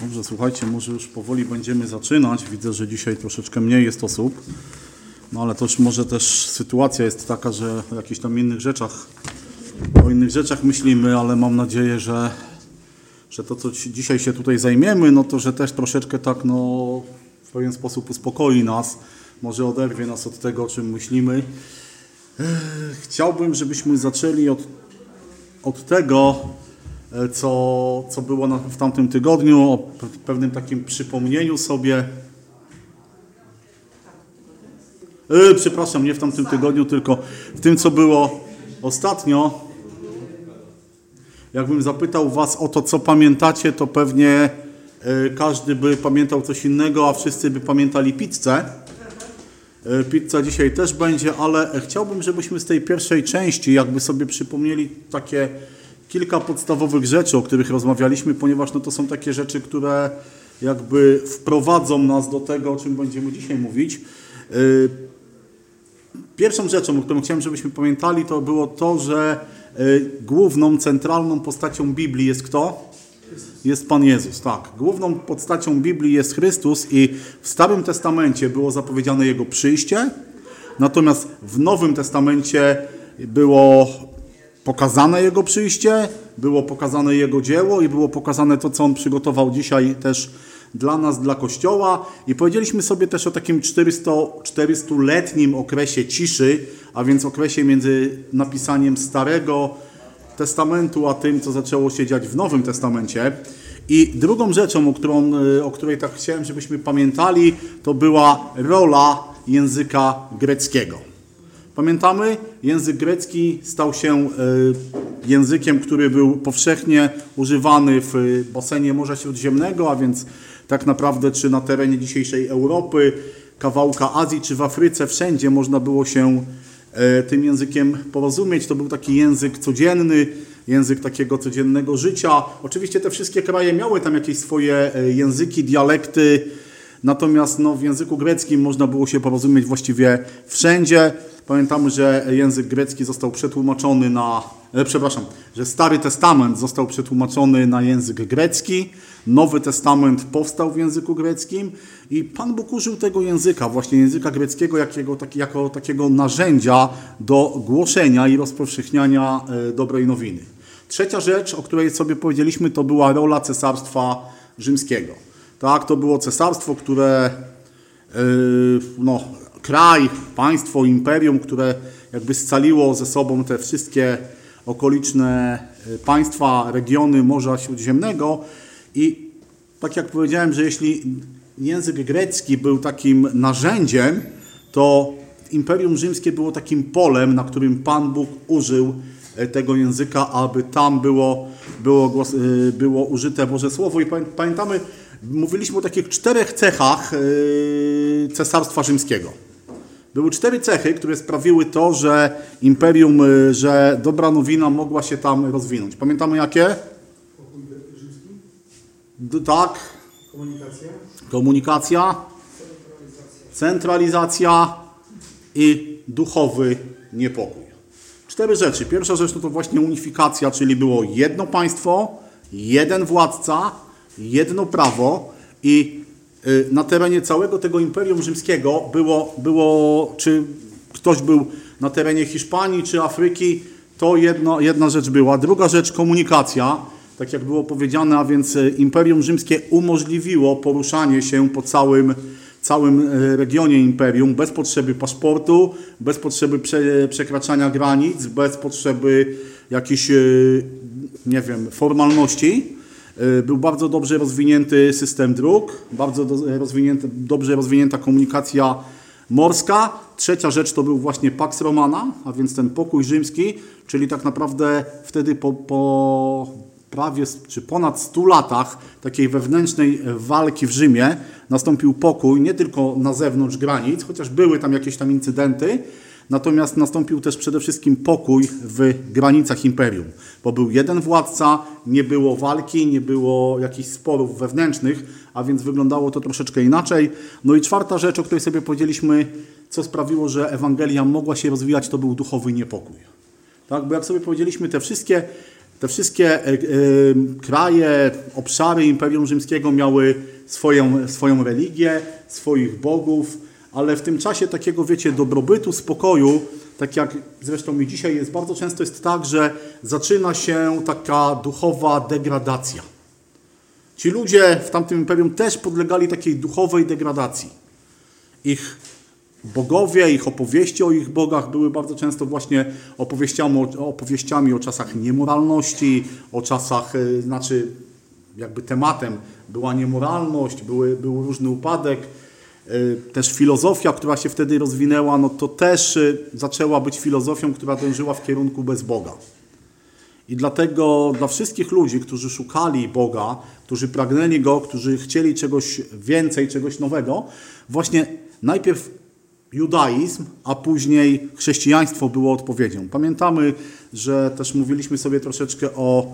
Dobrze, słuchajcie, może już powoli będziemy zaczynać. Widzę, że dzisiaj troszeczkę mniej jest osób. No ale to już może też sytuacja jest taka, że o jakichś tam o innych rzeczach myślimy, ale mam nadzieję, że to, co dzisiaj się tutaj zajmiemy, no to, że też troszeczkę tak, w pewien sposób uspokoi nas, może oderwie nas od tego, o czym myślimy. Chciałbym, żebyśmy zaczęli od tego, co było w tamtym tygodniu, o pewnym takim przypomnieniu sobie. Przepraszam, nie w tamtym tygodniu, tylko w tym, co było ostatnio. Jakbym zapytał was o to, co pamiętacie, to pewnie każdy by pamiętał coś innego, a wszyscy by pamiętali pizzę. Pizza dzisiaj też będzie, ale chciałbym, żebyśmy z tej pierwszej części jakby sobie przypomnieli takie kilka podstawowych rzeczy, o których rozmawialiśmy, ponieważ to są takie rzeczy, które jakby wprowadzą nas do tego, o czym będziemy dzisiaj mówić. Pierwszą rzeczą, o którą chciałem, żebyśmy pamiętali, to było to, że główną, centralną postacią Biblii jest kto? Jest Pan Jezus, tak. Główną postacią Biblii jest Chrystus i w Starym Testamencie było zapowiedziane Jego przyjście, natomiast w Nowym Testamencie było pokazane Jego przyjście, było pokazane Jego dzieło i było pokazane to, co On przygotował dzisiaj też dla nas, dla Kościoła. I powiedzieliśmy sobie też o takim 400-letnim okresie ciszy, a więc okresie między napisaniem Starego Testamentu, a tym, co zaczęło się dziać w Nowym Testamencie. I drugą rzeczą, o której tak chciałem, żebyśmy pamiętali, to była rola języka greckiego. Pamiętamy? Język grecki stał się językiem, który był powszechnie używany w basenie Morza Śródziemnego, a więc tak naprawdę czy na terenie dzisiejszej Europy, kawałka Azji, czy w Afryce, wszędzie można było się tym językiem porozumieć. To był taki język codzienny, język takiego codziennego życia. Oczywiście te wszystkie kraje miały tam jakieś swoje języki, dialekty, natomiast w języku greckim można było się porozumieć właściwie wszędzie. Pamiętamy, że język grecki został przetłumaczony że Stary Testament został przetłumaczony na język grecki, Nowy Testament powstał w języku greckim i Pan Bóg użył tego języka, właśnie języka greckiego jako takiego narzędzia do głoszenia i rozpowszechniania dobrej nowiny. Trzecia rzecz, o której sobie powiedzieliśmy, to była rola Cesarstwa Rzymskiego. Tak, to było cesarstwo, które kraj, państwo, imperium, które jakby scaliło ze sobą te wszystkie okoliczne państwa, regiony Morza Śródziemnego i tak jak powiedziałem, że jeśli język grecki był takim narzędziem, to Imperium Rzymskie było takim polem, na którym Pan Bóg użył tego języka, aby tam było użyte Boże Słowo. I pamiętamy, mówiliśmy o takich 4 cechach Cesarstwa Rzymskiego. Były 4 cechy, które sprawiły to, że imperium, że dobra nowina mogła się tam rozwinąć. Pamiętamy jakie? Pokój rzymski? Tak. Komunikacja. Centralizacja i duchowy niepokój. 4 rzeczy. Pierwsza rzecz to właśnie unifikacja, czyli było jedno państwo, jeden władca, jedno prawo i na terenie całego tego Imperium Rzymskiego czy ktoś był na terenie Hiszpanii czy Afryki, to jedna rzecz była. Druga rzecz komunikacja, tak jak było powiedziane, a więc Imperium Rzymskie umożliwiło poruszanie się po całym regionie imperium bez potrzeby paszportu, bez potrzeby przekraczania granic, bez potrzeby jakichś, formalności. Był bardzo dobrze rozwinięty system dróg, bardzo dobrze rozwinięta komunikacja morska. Trzecia rzecz to był właśnie Pax Romana, a więc ten pokój rzymski, czyli tak naprawdę wtedy po prawie czy ponad 100 latach takiej wewnętrznej walki w Rzymie nastąpił pokój nie tylko na zewnątrz granic, chociaż były tam jakieś tam incydenty, natomiast nastąpił też przede wszystkim pokój w granicach imperium, bo był jeden władca, nie było walki, nie było jakichś sporów wewnętrznych, a więc wyglądało to troszeczkę inaczej. No i 4. rzecz, o której sobie powiedzieliśmy, co sprawiło, że Ewangelia mogła się rozwijać, to był duchowy niepokój. Tak, bo jak sobie powiedzieliśmy, te wszystkie Te wszystkie kraje, obszary Imperium Rzymskiego miały swoją religię, swoich bogów, ale w tym czasie takiego, wiecie, dobrobytu, spokoju, tak jak zresztą i dzisiaj jest, bardzo często jest tak, że zaczyna się taka duchowa degradacja. Ci ludzie w tamtym imperium też podlegali takiej duchowej degradacji. Ich bogowie, ich opowieści o ich bogach były bardzo często właśnie opowieściami o czasach niemoralności, o czasach, jakby tematem była niemoralność, był różny upadek. Też filozofia, która się wtedy rozwinęła, no to też zaczęła być filozofią, która dążyła w kierunku bez Boga. I dlatego dla wszystkich ludzi, którzy szukali Boga, którzy pragnęli Go, którzy chcieli czegoś więcej, czegoś nowego, właśnie najpierw judaizm, a później chrześcijaństwo było odpowiedzią. Pamiętamy, że też mówiliśmy sobie troszeczkę o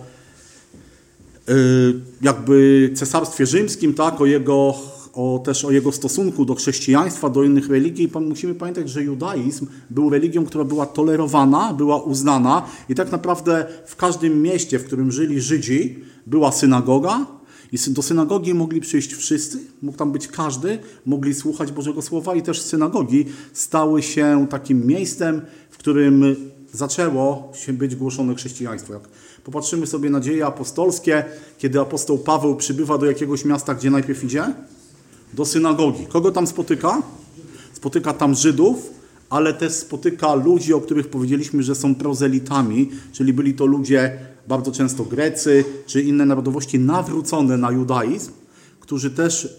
jakby cesarstwie rzymskim, tak, też o jego stosunku do chrześcijaństwa, do innych religii. Musimy pamiętać, że judaizm był religią, która była tolerowana, była uznana i tak naprawdę w każdym mieście, w którym żyli Żydzi, była synagoga i do synagogi mogli przyjść wszyscy, mógł tam być każdy, mogli słuchać Bożego Słowa i też synagogi stały się takim miejscem, w którym zaczęło się być głoszone chrześcijaństwo. Jak popatrzymy sobie na dzieje apostolskie, kiedy apostoł Paweł przybywa do jakiegoś miasta, gdzie najpierw idzie? Do synagogi. Kogo tam spotyka? Spotyka tam Żydów, ale też spotyka ludzi, o których powiedzieliśmy, że są prozelitami, czyli byli to ludzie bardzo często Grecy, czy inne narodowości nawrócone na judaizm, którzy też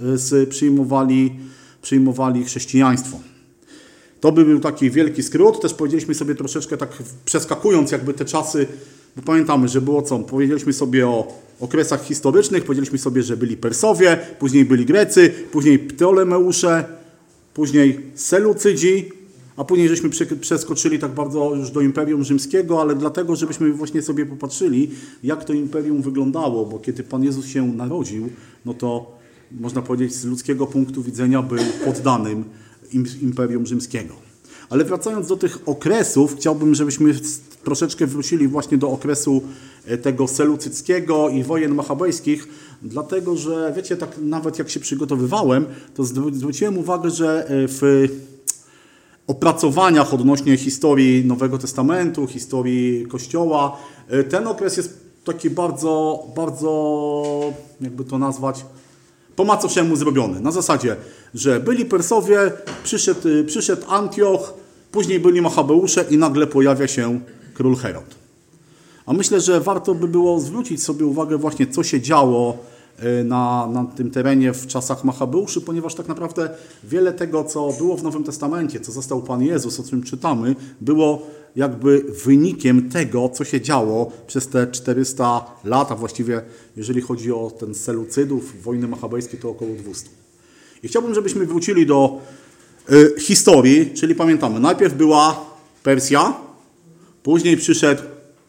przyjmowali chrześcijaństwo. To by był taki wielki skrót. Też powiedzieliśmy sobie troszeczkę tak przeskakując jakby te czasy, bo pamiętamy, że było co? Powiedzieliśmy sobie o okresach historycznych, powiedzieliśmy sobie, że byli Persowie, później byli Grecy, później Ptolemeusze, później Selucydzi, a później żeśmy przeskoczyli tak bardzo już do Imperium Rzymskiego, ale dlatego, żebyśmy właśnie sobie popatrzyli, jak to imperium wyglądało, bo kiedy Pan Jezus się narodził, no to można powiedzieć z ludzkiego punktu widzenia był poddanym Imperium Rzymskiego. Ale wracając do tych okresów, chciałbym, żebyśmy troszeczkę wrócili właśnie do okresu tego selucyckiego i wojen machabejskich, dlatego, że wiecie, tak nawet jak się przygotowywałem, to zwróciłem uwagę, że w opracowaniach odnośnie historii Nowego Testamentu, historii Kościoła, ten okres jest taki bardzo, bardzo, jakby to nazwać, po macoszemu zrobiony. Na zasadzie, że byli Persowie, przyszedł Antioch, później byli Machabeusze i nagle pojawia się król Herod. A myślę, że warto by było zwrócić sobie uwagę właśnie, co się działo na tym terenie w czasach Machabeuszy, ponieważ tak naprawdę wiele tego, co było w Nowym Testamencie, co został Pan Jezus, o czym czytamy, było jakby wynikiem tego, co się działo przez te 400 lat, a właściwie jeżeli chodzi o ten Selucydów, wojny machabejskie, to około 200. I chciałbym, żebyśmy wrócili do historii, czyli pamiętamy, najpierw była Persja, później przyszedł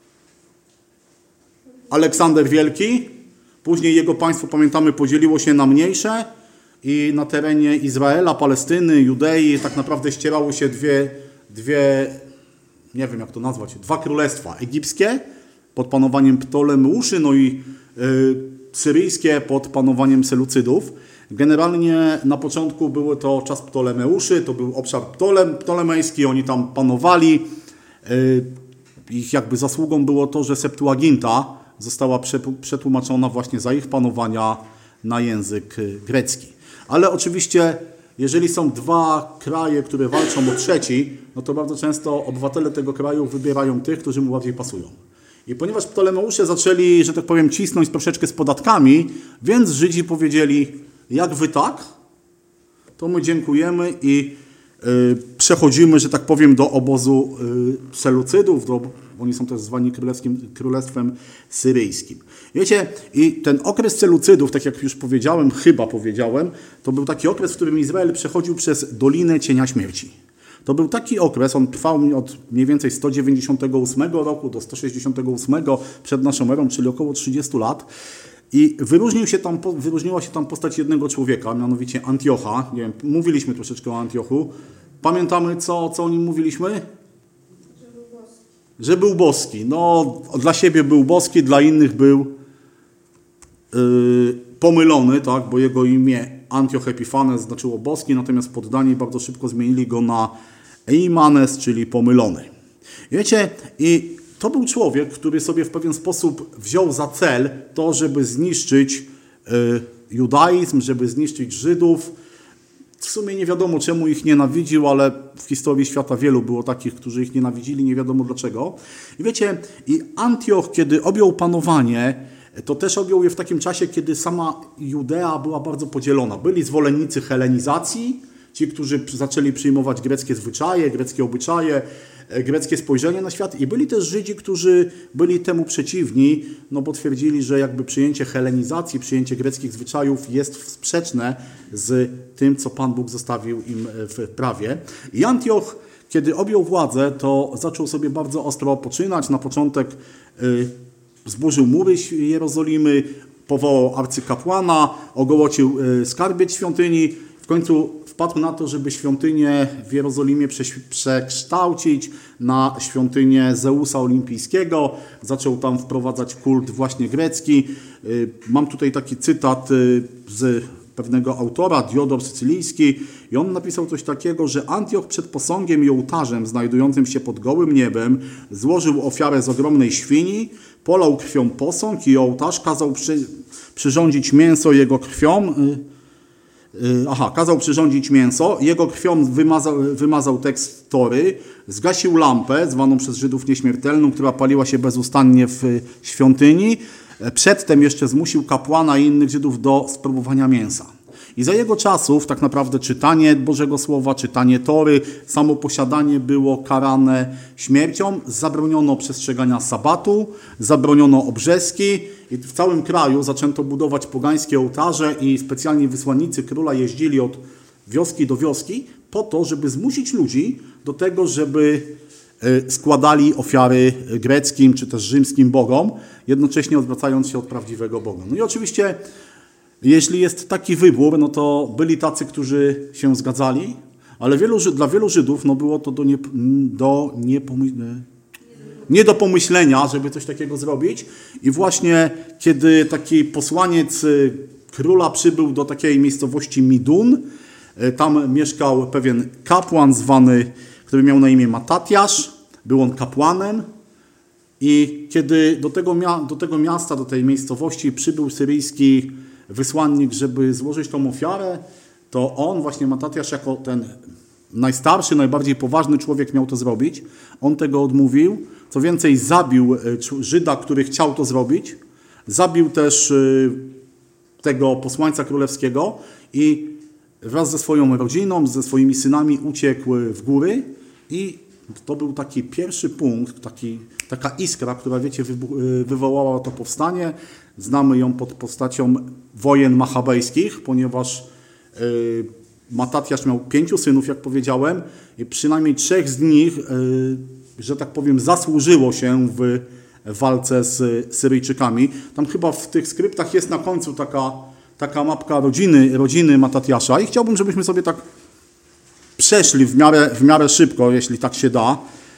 Aleksander Wielki, później jego państwo, pamiętamy, podzieliło się na mniejsze i na terenie Izraela, Palestyny, Judei tak naprawdę ścierały się dwie, nie wiem jak to nazwać, dwa królestwa. Egipskie pod panowaniem Ptolemeuszy, no i syryjskie pod panowaniem Selucydów. Generalnie na początku był to czas Ptolemeuszy, to był obszar ptolemejski, oni tam panowali. Ich jakby zasługą było to, że Septuaginta została przetłumaczona właśnie za ich panowania na język grecki. Ale oczywiście, jeżeli są dwa kraje, które walczą o trzeci, no to bardzo często obywatele tego kraju wybierają tych, którzy mu bardziej pasują. I ponieważ Ptolemeusze zaczęli, że tak powiem, cisnąć troszeczkę z podatkami, więc Żydzi powiedzieli, jak wy tak, to my dziękujemy i przechodzimy, że tak powiem, do obozu Selucydów, oni są też zwani Królestwem Syryjskim. Wiecie, i ten okres Selucydów, tak jak już powiedziałem, to był taki okres, w którym Izrael przechodził przez Dolinę Cienia Śmierci. To był taki okres, on trwał od mniej więcej 198 roku do 168 przed naszą erą, czyli około 30 lat. I wyróżniła się tam postać jednego człowieka, mianowicie Antiocha. Nie wiem, mówiliśmy troszeczkę o Antiochu. Pamiętamy, co o nim mówiliśmy? Że był boski. No, dla siebie był boski, dla innych był pomylony, tak? Bo jego imię Antioch Epifanes znaczyło boski, natomiast poddani bardzo szybko zmienili go na Eimanes, czyli pomylony. Wiecie, i to był człowiek, który sobie w pewien sposób wziął za cel to, żeby zniszczyć judaizm, żeby zniszczyć Żydów. W sumie nie wiadomo, czemu ich nienawidził, ale w historii świata wielu było takich, którzy ich nienawidzili, nie wiadomo dlaczego. I wiecie, i Antioch, kiedy objął panowanie, to też objął je w takim czasie, kiedy sama Judea była bardzo podzielona. Byli zwolennicy helenizacji, ci, którzy zaczęli przyjmować greckie zwyczaje, greckie obyczaje, greckie spojrzenie na świat, i byli też Żydzi, którzy byli temu przeciwni, no bo twierdzili, że jakby przyjęcie helenizacji, przyjęcie greckich zwyczajów jest sprzeczne z tym, co Pan Bóg zostawił im w prawie. I Antioch, kiedy objął władzę, to zaczął sobie bardzo ostro poczynać. Na początek zburzył mury Jerozolimy, powołał arcykapłana, ogołocił skarbiec świątyni. W końcu wpadł na to, żeby świątynię w Jerozolimie przekształcić na świątynię Zeusa Olimpijskiego. Zaczął tam wprowadzać kult właśnie grecki. Mam tutaj taki cytat z pewnego autora, Diodor Sycylijski, i on napisał coś takiego, że Antioch przed posągiem i ołtarzem znajdującym się pod gołym niebem złożył ofiarę z ogromnej świni, polał krwią posąg i ołtarz, kazał przyrządzić mięso jego krwią wymazał tekst Tory, zgasił lampę, zwaną przez Żydów nieśmiertelną, która paliła się bezustannie w świątyni. Przedtem jeszcze zmusił kapłana i innych Żydów do spróbowania mięsa. I za jego czasów tak naprawdę czytanie Bożego Słowa, czytanie Tory, samo posiadanie było karane śmiercią, zabroniono przestrzegania sabatu, zabroniono obrzeski i w całym kraju zaczęto budować pogańskie ołtarze i specjalni wysłannicy króla jeździli od wioski do wioski po to, żeby zmusić ludzi do tego, żeby składali ofiary greckim czy też rzymskim bogom, jednocześnie odwracając się od prawdziwego Boga. No i oczywiście, jeśli jest taki wybór, no to byli tacy, którzy się zgadzali, ale dla wielu Żydów no było to nie do pomyślenia, żeby coś takiego zrobić. I właśnie kiedy taki posłaniec króla przybył do takiej miejscowości Midun, tam mieszkał pewien kapłan który miał na imię Matatiasz, był on kapłanem, i kiedy do tego miasta, do tej miejscowości przybył syryjski wysłannik, żeby złożyć tą ofiarę, to on, właśnie Matatiasz, jako ten najstarszy, najbardziej poważny człowiek miał to zrobić. On tego odmówił. Co więcej, zabił Żyda, który chciał to zrobić. Zabił też tego posłańca królewskiego i wraz ze swoją rodziną, ze swoimi synami uciekł w góry, i to był taki pierwszy punkt, taka iskra, która, wiecie, wywołała to powstanie. Znamy ją pod postacią wojen machabejskich, ponieważ Matatiasz miał 5 synów, jak powiedziałem, i przynajmniej 3 z nich, że tak powiem, zasłużyło się w walce z Syryjczykami. Tam chyba w tych skryptach jest na końcu taka mapka rodziny Matatiasza, i chciałbym, żebyśmy sobie tak przeszli w miarę szybko, jeśli tak się da,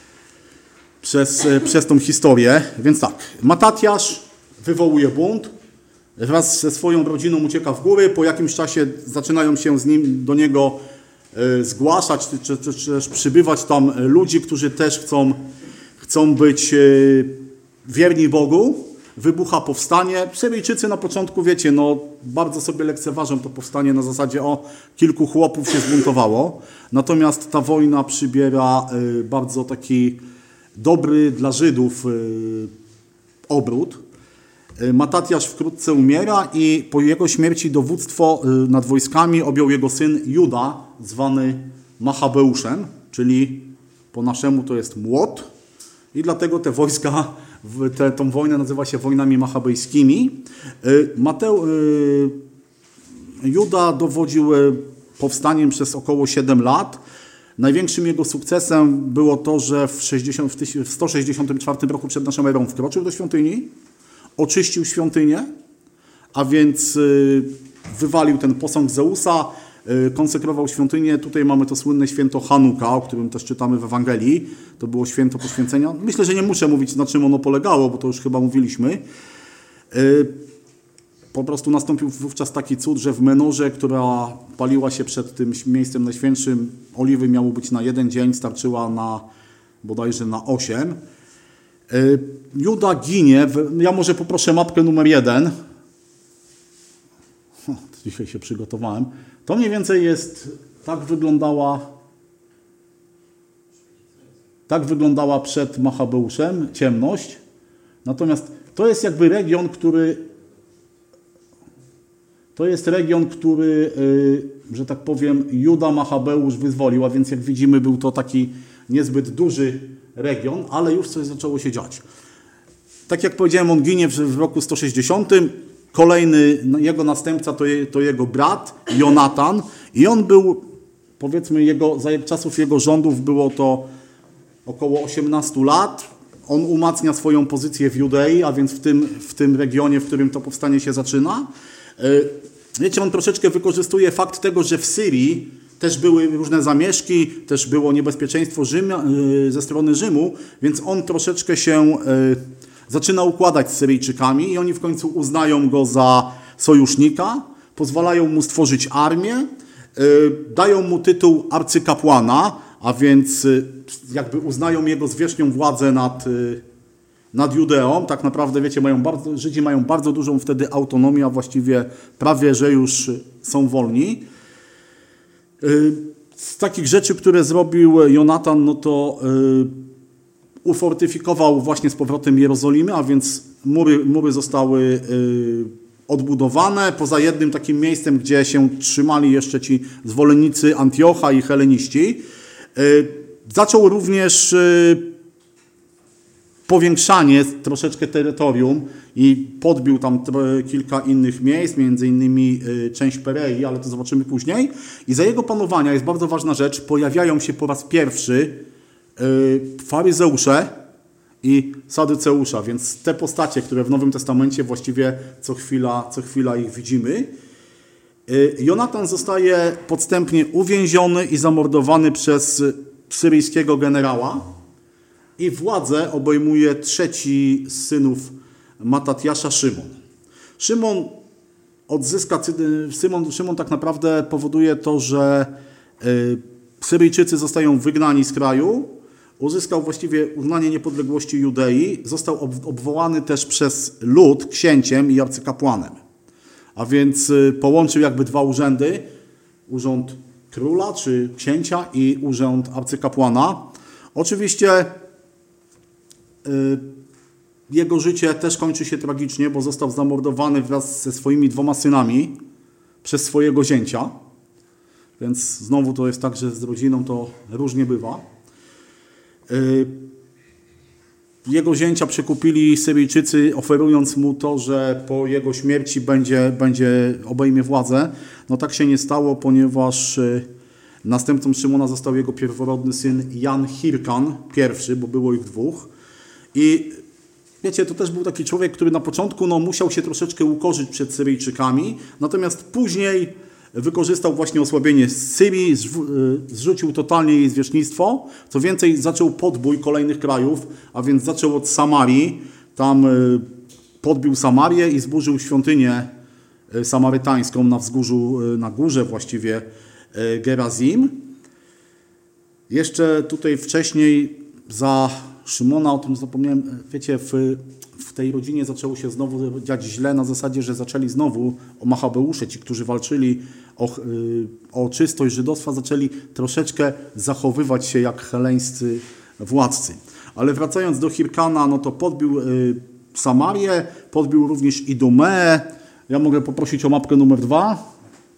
przez tą historię. Więc tak, Matatiasz wywołuje bunt, wraz ze swoją rodziną ucieka w góry, po jakimś czasie zaczynają się do niego zgłaszać, czy też przybywać tam ludzi, którzy też chcą być wierni Bogu. Wybucha powstanie. Syryjczycy na początku, wiecie, no bardzo sobie lekceważą to powstanie na zasadzie kilku chłopów się zbuntowało. Natomiast ta wojna przybiera bardzo taki dobry dla Żydów obrót. Matatiasz wkrótce umiera i po jego śmierci dowództwo nad wojskami objął jego syn Juda, zwany Machabeuszem, czyli po naszemu to jest młot, i dlatego te wojska, tą wojnę nazywa się wojnami machabejskimi. Juda dowodził powstaniem przez około 7 lat. Największym jego sukcesem było to, że w 164 roku przed naszą erą wkroczył do świątyni, oczyścił świątynię, a więc wywalił ten posąg Zeusa, konsekrował świątynię. Tutaj mamy to słynne święto Hanuka, o którym też czytamy w Ewangelii. To było święto poświęcenia. Myślę, że nie muszę mówić, na czym ono polegało, bo to już chyba mówiliśmy. Po prostu nastąpił wówczas taki cud, że w menorze, która paliła się przed tym miejscem najświętszym, oliwy miało być na 1 dzień, starczyła na bodajże na 8. Juda ginie. Ja może poproszę mapkę numer 1. Dzisiaj się przygotowałem. To mniej więcej jest, tak wyglądała przed Machabeuszem ciemność. Natomiast to jest jakby region, który, że tak powiem, Juda Machabeusz wyzwolił, a więc jak widzimy był to taki niezbyt duży region, ale już coś zaczęło się dziać. Tak jak powiedziałem, on ginie w roku 160. Kolejny, jego następca to jego brat, Jonatan. I on był, powiedzmy, za czasów jego rządów było to około 18 lat. On umacnia swoją pozycję w Judei, a więc w tym regionie, w którym to powstanie się zaczyna. Wiecie, on troszeczkę wykorzystuje fakt tego, że w Syrii też były różne zamieszki, też było niebezpieczeństwo ze strony Rzymu, więc on troszeczkę się zaczyna układać z Syryjczykami i oni w końcu uznają go za sojusznika, pozwalają mu stworzyć armię, dają mu tytuł arcykapłana, a więc jakby uznają jego zwierzchnią władzę nad Judeą. Tak naprawdę, wiecie, Żydzi mają bardzo dużą wtedy autonomię, a właściwie prawie, że już są wolni. Z takich rzeczy, które zrobił Jonatan, no to ufortyfikował właśnie z powrotem Jerozolimy, a więc mury zostały odbudowane. Poza jednym takim miejscem, gdzie się trzymali jeszcze ci zwolennicy Antiocha i heleniści. Zaczął również powiększanie troszeczkę terytorium i podbił tam kilka innych miejsc, między innymi część Perei, ale to zobaczymy później. I za jego panowania jest bardzo ważna rzecz, pojawiają się po raz pierwszy faryzeusze i saduceusza, więc te postacie, które w Nowym Testamencie właściwie co chwila ich widzimy. Jonatan zostaje podstępnie uwięziony i zamordowany przez syryjskiego generała i władzę obejmuje trzeci z synów Matatiasza, Szymon. Szymon tak naprawdę powoduje to, że Syryjczycy zostają wygnani z kraju, uzyskał właściwie uznanie niepodległości Judei, został obwołany też przez lud księciem i arcykapłanem. A więc połączył jakby dwa urzędy, urząd króla czy księcia i urząd arcykapłana. Oczywiście jego życie też kończy się tragicznie, bo został zamordowany wraz ze swoimi 2 synami przez swojego zięcia. Więc znowu to jest tak, że z rodziną to różnie bywa. Jego zięcia przekupili Syryjczycy, oferując mu to, że po jego śmierci obejmie władzę. No tak się nie stało, ponieważ następcą Szymona został jego pierworodny syn Jan Hirkan, pierwszy, bo było ich 2. I wiecie, to też był taki człowiek, który na początku musiał się troszeczkę ukorzyć przed Syryjczykami, natomiast później wykorzystał właśnie osłabienie Syrii, zrzucił totalnie jej zwierzchnictwo. Co więcej, zaczął podbój kolejnych krajów, a więc zaczął od Samarii. Tam podbił Samarię i zburzył świątynię samarytańską na górze właściwie Gerazim. Jeszcze tutaj wcześniej za Szymona, o tym zapomniałem, wiecie, w tej rodzinie zaczęło się znowu dziać źle na zasadzie, że zaczęli znowu Machabeusze, ci, którzy walczyli o czystość żydostwa, zaczęli troszeczkę zachowywać się jak heleńscy władcy. Ale wracając do Hirkana, no to podbił Samarię, podbił również Idumeę. Ja mogę poprosić o mapkę numer 2.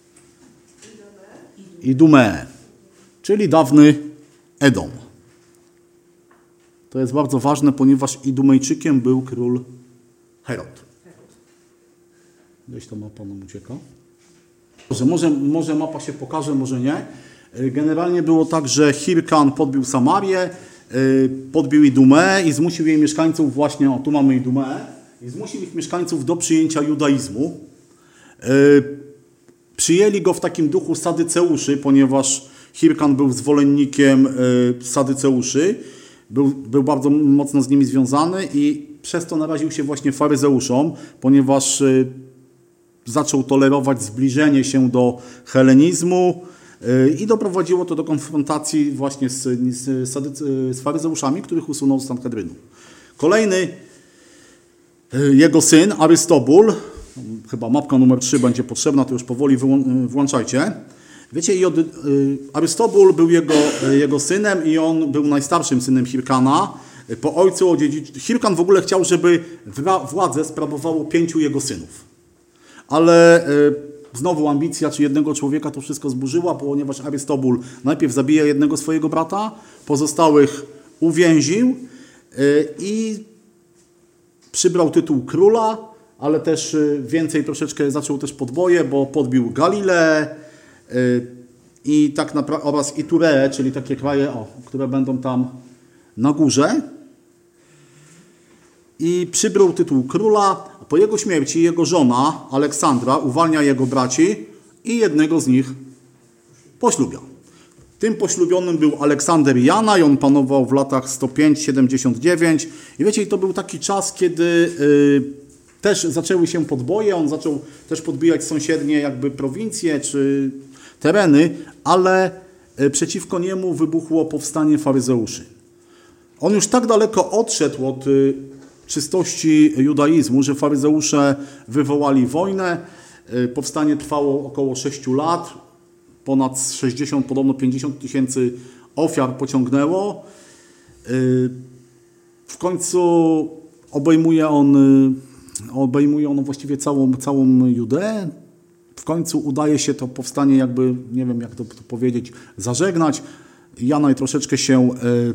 Idumeę, czyli dawny Edom. To jest bardzo ważne, ponieważ Idumejczykiem był król Herod. Gdzieś ta mapa nam ucieka. Może mapa się pokaże, może nie. Generalnie było tak, że Hirkan podbił Samarię, podbił Idumeę i zmusił jej mieszkańców właśnie, tu mamy Idumeę, i zmusił ich mieszkańców do przyjęcia judaizmu. Przyjęli go w takim duchu sadyceuszy, ponieważ Hirkan był zwolennikiem sadyceuszy, był bardzo mocno z nimi związany i przez to naraził się właśnie faryzeuszom, ponieważ zaczął tolerować zbliżenie się do helenizmu i doprowadziło to do konfrontacji właśnie z faryzeuszami, których usunął z Sanhedrynu. Kolejny jego syn, Arystobul, chyba mapka numer 3 będzie potrzebna, to już powoli włączajcie. Wiecie, Arystobul był jego synem i on był najstarszym synem Hirkana. Po ojcu Hirkan w ogóle chciał, żeby władzę sprawowało 5 jego synów. Ale znowu ambicja czy jednego człowieka to wszystko zburzyła, ponieważ Arystobul najpierw zabija jednego swojego brata, pozostałych uwięził i przybrał tytuł króla, ale też więcej troszeczkę zaczął też podboje, bo podbił Galileę i tak naprawdę oraz Itureę, czyli takie kraje, które będą tam na górze. I przybrał tytuł króla. Po jego śmierci jego żona Aleksandra uwalnia jego braci i jednego z nich poślubia. Tym poślubionym był Aleksander Jana i on panował w latach 105-79. I wiecie, to był taki czas, kiedy też zaczęły się podboje. On zaczął też podbijać sąsiednie jakby prowincje czy tereny, ale przeciwko niemu wybuchło powstanie faryzeuszy. On już tak daleko odszedł od czystości judaizmu, że faryzeusze wywołali wojnę. Powstanie trwało około 6 lat. Ponad 60, podobno 50 tysięcy ofiar pociągnęło. W końcu obejmuje on właściwie całą Judeę. W końcu udaje się to powstanie jakby, nie wiem jak to powiedzieć, zażegnać. Janaj troszeczkę się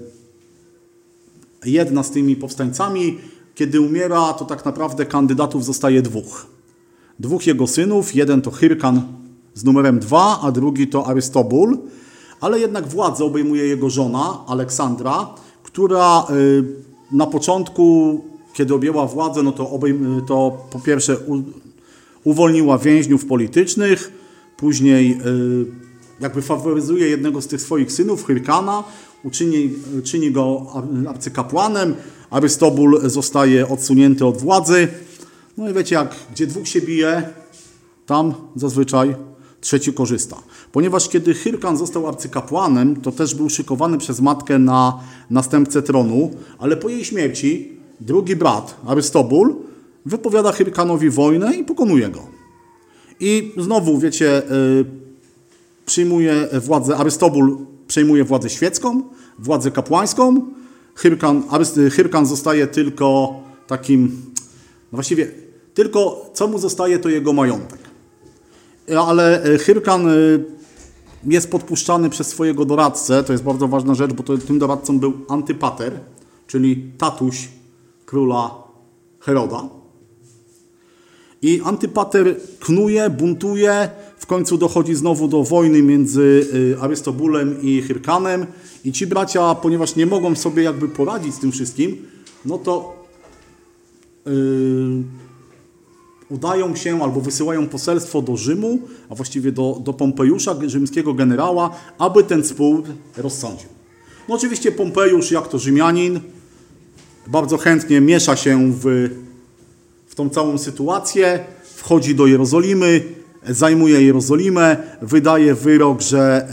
jedna z tymi powstańcami. Kiedy umiera, to tak naprawdę kandydatów zostaje 2. 2 jego synów, jeden to Hirkan z numerem 2, a drugi to Arystobul, ale jednak władzę obejmuje jego żona Aleksandra, która na początku, kiedy objęła władzę, no to po pierwsze uwolniła więźniów politycznych, później jakby faworyzuje jednego z tych swoich synów, Hirkana, czyni go arcykapłanem, Arystobul zostaje odsunięty od władzy. No i wiecie, gdzie 2 się bije, tam zazwyczaj 3 korzysta. Ponieważ kiedy Hirkan został arcykapłanem, to też był szykowany przez matkę na następcę tronu, ale po jej śmierci drugi brat, Arystobul, wypowiada Hirkanowi wojnę i pokonuje go. I znowu, wiecie, Arystobul przejmuje władzę świecką, władzę kapłańską. Hirkan zostaje tylko takim, właściwie tylko co mu zostaje, to jego majątek. Ale Hirkan jest podpuszczany przez swojego doradcę, to jest bardzo ważna rzecz, bo tym doradcą był Antypater, czyli tatuś króla Heroda. I Antypater knuje, buntuje, w końcu dochodzi znowu do wojny między Arystobulem i Hirkanem i ci bracia, ponieważ nie mogą sobie jakby poradzić z tym wszystkim, no to udają się albo wysyłają poselstwo do Rzymu, a właściwie do Pompejusza, rzymskiego generała, aby ten spór rozsądził. No oczywiście Pompejusz, jak to Rzymianin, bardzo chętnie miesza się w tą całą sytuację, wchodzi do Jerozolimy, zajmuje Jerozolimę, wydaje wyrok, że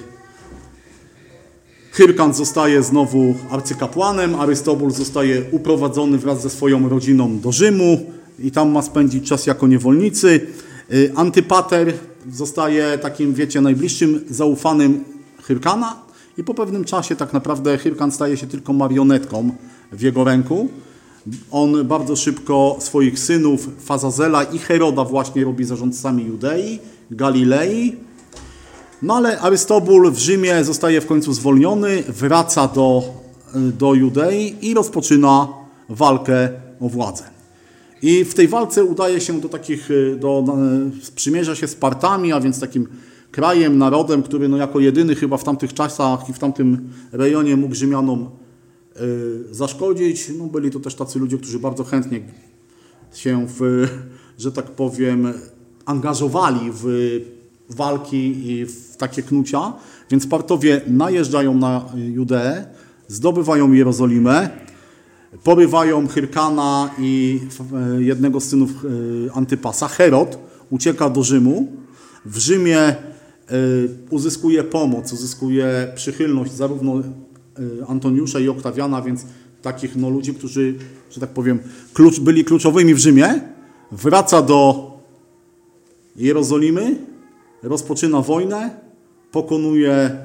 Hirkan zostaje znowu arcykapłanem, Arystobul zostaje uprowadzony wraz ze swoją rodziną do Rzymu i tam ma spędzić czas jako niewolnicy. Antypater zostaje takim, wiecie, najbliższym zaufanym Hirkana i po pewnym czasie tak naprawdę Hirkan staje się tylko marionetką w jego ręku. On bardzo szybko swoich synów, Fazazela i Heroda właśnie robi zarządcami Judei, Galilei. No ale Arystobul w Rzymie zostaje w końcu zwolniony, wraca do Judei i rozpoczyna walkę o władzę. I w tej walce udaje się sprzymierza się z Partami, a więc takim krajem, narodem, który no jako jedyny chyba w tamtych czasach i w tamtym rejonie mógł Rzymianom zaszkodzić. No, byli to też tacy ludzie, którzy bardzo chętnie się że tak powiem, angażowali w walki i w takie knucia, więc Partowie najeżdżają na Judeę, zdobywają Jerozolimę, porywają Hyrkana i jednego z synów Antypasa. Herod ucieka do Rzymu. W Rzymie uzyskuje pomoc, uzyskuje przychylność zarówno Antoniusza i Oktawiana, więc takich ludzi, którzy, że tak powiem, byli kluczowymi w Rzymie. Wraca do Jerozolimy, rozpoczyna wojnę, pokonuje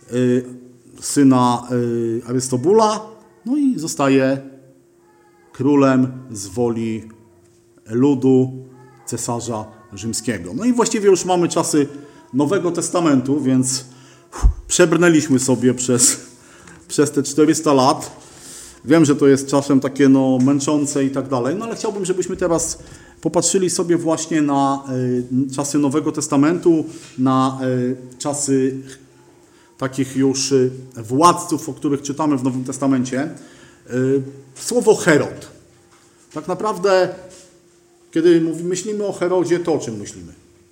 syna Arystobula, no i zostaje królem z woli ludu cesarza rzymskiego. No i właściwie już mamy czasy Nowego Testamentu, więc przebrnęliśmy sobie przez te 400 lat. Wiem, że to jest czasem takie męczące i tak dalej, no ale chciałbym, żebyśmy teraz popatrzyli sobie właśnie na czasy Nowego Testamentu, na czasy takich już władców, o których czytamy w Nowym Testamencie. Słowo Herod. Tak naprawdę, kiedy myślimy o Herodzie, to o czym myślimy?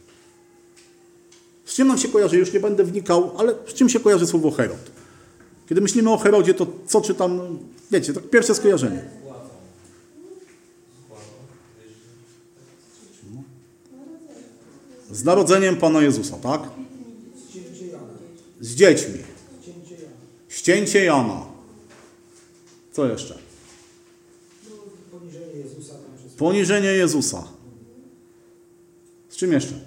Z czym nam się kojarzy? Już nie będę wnikał, ale z czym się kojarzy słowo Herod? Kiedy myślimy o Herodzie, to co czytam? Wiecie, tak pierwsze skojarzenie. Z narodzeniem Pana Jezusa, tak? Z dziećmi. Ścięcie Jana. Co jeszcze? Poniżenie Jezusa. Z czym jeszcze?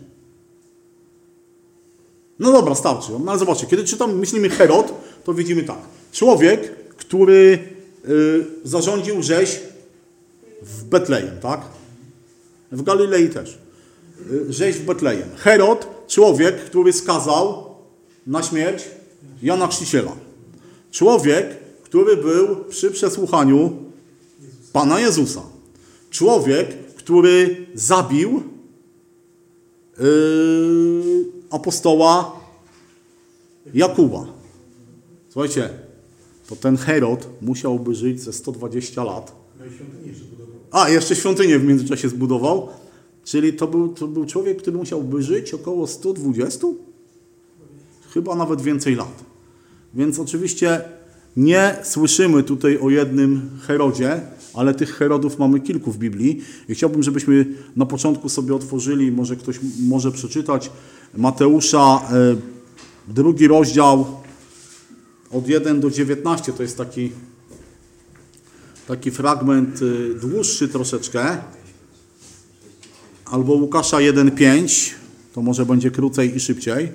No dobra, starczy. No ale zobaczcie, kiedy myślimy Herod, to widzimy tak. Człowiek, który zarządził rzeź w Betlejem, tak? W Galilei też. Rzeź w Betlejem. Herod, człowiek, który skazał na śmierć Jana Chrzciciela. Człowiek, który był przy przesłuchaniu Pana Jezusa. Człowiek, który zabił apostoła Jakuba. Słuchajcie, to ten Herod musiałby żyć ze 120 lat. No i świątynię jeszcze zbudował. A, jeszcze świątynię w międzyczasie zbudował. Czyli to był człowiek, który musiałby żyć około 120? Chyba nawet więcej lat. Więc oczywiście nie słyszymy tutaj o jednym Herodzie, ale tych Herodów mamy kilku w Biblii. I chciałbym, żebyśmy na początku sobie otworzyli, może ktoś może przeczytać Mateusza, 2 rozdział od 1 do 19. To jest taki fragment dłuższy troszeczkę. Albo Łukasza 1,5. To może będzie krócej i szybciej.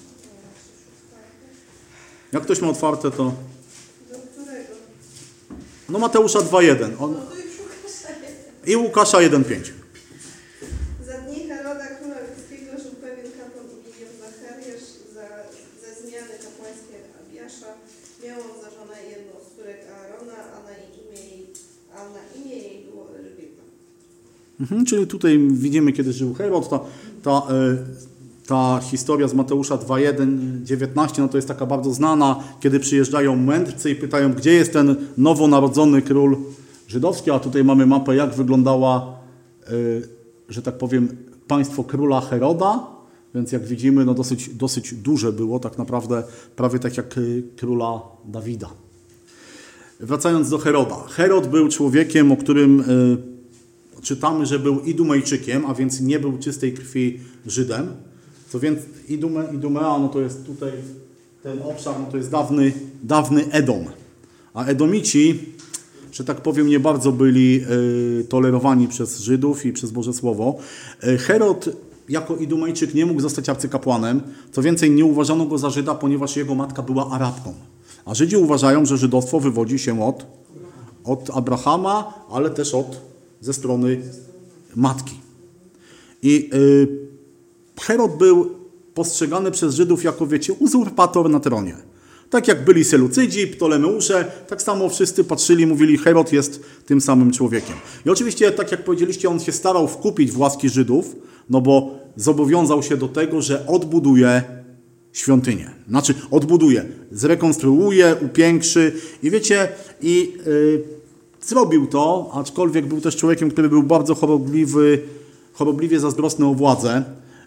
Jak ktoś ma otwarte, to... Do którego? No Mateusza 2,1. No to już Łukasza 1. I Łukasza 1,5. Za dni Heroda króla Judzkiego żył pewien kapłan imieniem Zachariasz. Ze zmiany kapłańskiej Abiasza miał on za żonę jedną z córek Aarona, a na imię jej było Elżbieta. Czyli tutaj widzimy, kiedy żył Herod. Ta historia z Mateusza 2,1, 19, no to jest taka bardzo znana, kiedy przyjeżdżają mędrcy i pytają, gdzie jest ten nowonarodzony król żydowski, a tutaj mamy mapę, jak wyglądała, że tak powiem, państwo króla Heroda, więc jak widzimy, no dosyć duże było, tak naprawdę prawie tak jak króla Dawida. Wracając do Heroda. Herod był człowiekiem, o którym czytamy, że był Idumejczykiem, a więc nie był czystej krwi Żydem. Co więcej, Idumea, no to jest tutaj ten obszar, no to jest dawny Edom. A Edomici, że tak powiem, nie bardzo byli tolerowani przez Żydów i przez Boże Słowo. Herod jako Idumejczyk nie mógł zostać arcykapłanem. Co więcej, nie uważano go za Żyda, ponieważ jego matka była Arabką. A Żydzi uważają, że żydostwo wywodzi się od Abrahama, ale też ze strony matki. I Herod był postrzegany przez Żydów jako, wiecie, uzurpator na tronie. Tak jak byli Selucydzi, Ptolemeusze, tak samo wszyscy patrzyli, mówili, Herod jest tym samym człowiekiem. I oczywiście, tak jak powiedzieliście, on się starał wkupić w łaski Żydów, no bo zobowiązał się do tego, że odbuduje świątynię. Znaczy odbuduje, zrekonstruuje, upiększy i wiecie, zrobił to, aczkolwiek był też człowiekiem, który był bardzo chorobliwie zazdrosny o władzę.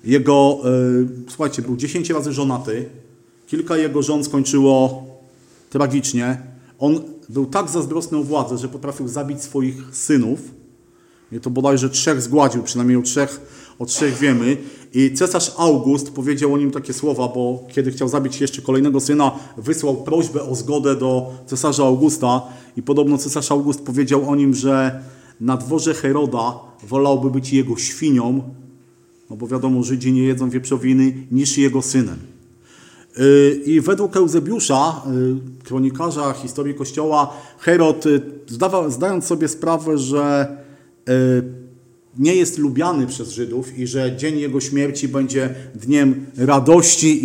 słuchajcie, był 10 razy żonaty, kilka jego żon skończyło tragicznie. On był tak zazdrosny o władzę, że potrafił zabić swoich synów. I to bodajże 3 zgładził, przynajmniej o trzech wiemy. I cesarz August powiedział o nim takie słowa, bo kiedy chciał zabić jeszcze kolejnego syna, wysłał prośbę o zgodę do cesarza Augusta i podobno cesarz August powiedział o nim, że na dworze Heroda wolałby być jego świnią, no bo wiadomo, Żydzi nie jedzą wieprzowiny, niż jego synem. I według Eusebiusza, kronikarza historii Kościoła, Herod, zdając sobie sprawę, że nie jest lubiany przez Żydów i że dzień jego śmierci będzie dniem radości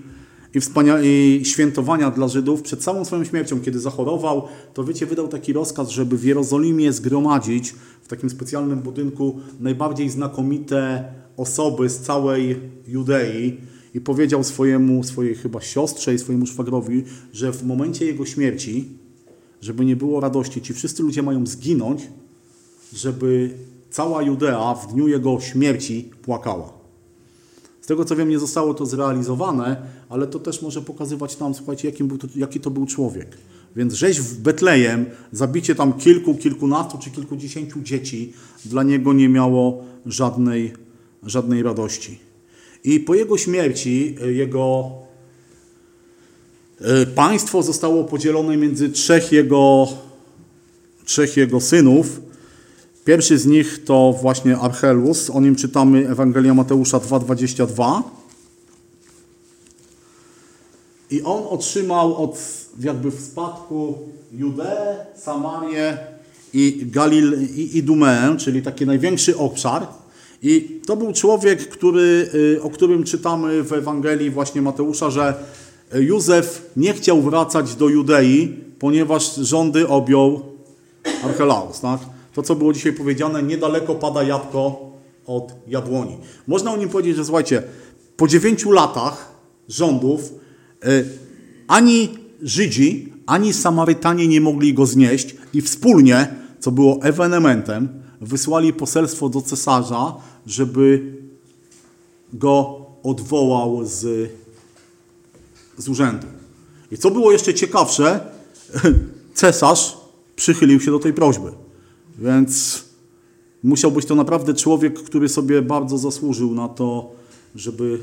i świętowania dla Żydów, przed samą swoją śmiercią, kiedy zachorował, to wiecie, wydał taki rozkaz, żeby w Jerozolimie zgromadzić w takim specjalnym budynku najbardziej znakomite osoby z całej Judei i powiedział swojej chyba siostrze i swojemu szwagrowi, że w momencie jego śmierci, żeby nie było radości, ci wszyscy ludzie mają zginąć, żeby cała Judea w dniu jego śmierci płakała. Z tego co wiem, nie zostało to zrealizowane, ale to też może pokazywać nam, słuchajcie, jaki to był człowiek. Więc rzeź w Betlejem, zabicie tam kilkunastu czy kilkudziesięciu dzieci dla niego nie miało żadnej radości. I po jego śmierci jego państwo zostało podzielone między trzech jego synów. Pierwszy z nich to właśnie Archelus, o nim czytamy Ewangelia Mateusza 2,22. I on otrzymał jakby w spadku Judeę, Samarię i Idumeę, czyli taki największy obszar. I to był człowiek, o którym czytamy w Ewangelii właśnie Mateusza, że Józef nie chciał wracać do Judei, ponieważ rządy objął Archelaus, tak? To, co było dzisiaj powiedziane, niedaleko pada jabłko od jabłoni. Można o nim powiedzieć, że słuchajcie, po 9 latach rządów ani Żydzi, ani Samarytanie nie mogli go znieść i wspólnie, co było ewenementem, wysłali poselstwo do cesarza, żeby go odwołał z urzędu. I co było jeszcze ciekawsze, cesarz przychylił się do tej prośby. Więc musiał być to naprawdę człowiek, który sobie bardzo zasłużył na to, żeby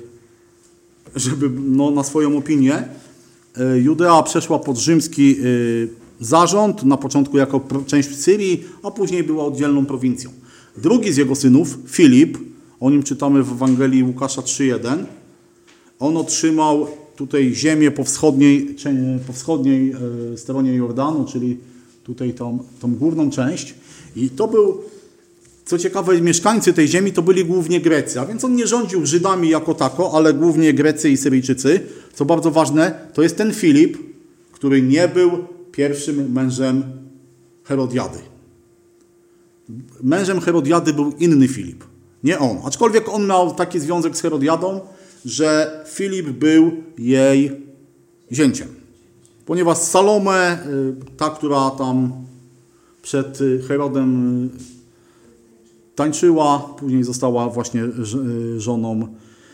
na swoją opinię. Judea przeszła pod rzymski zarząd, na początku jako część Syrii, a później była oddzielną prowincją. Drugi z jego synów, Filip, o nim czytamy w Ewangelii Łukasza 3,1. On otrzymał tutaj ziemię po wschodniej stronie Jordanu, czyli tutaj tą górną część. I to był, co ciekawe, mieszkańcy tej ziemi to byli głównie Grecy, a więc on nie rządził Żydami jako tako, ale głównie Grecy i Syryjczycy. Co bardzo ważne, to jest ten Filip, który nie był pierwszym mężem Herodiady. Mężem Herodiady był inny Filip, nie on. Aczkolwiek on miał taki związek z Herodiadą, że Filip był jej zięciem. Ponieważ Salome, ta, która tam przed Herodem tańczyła, później została właśnie żoną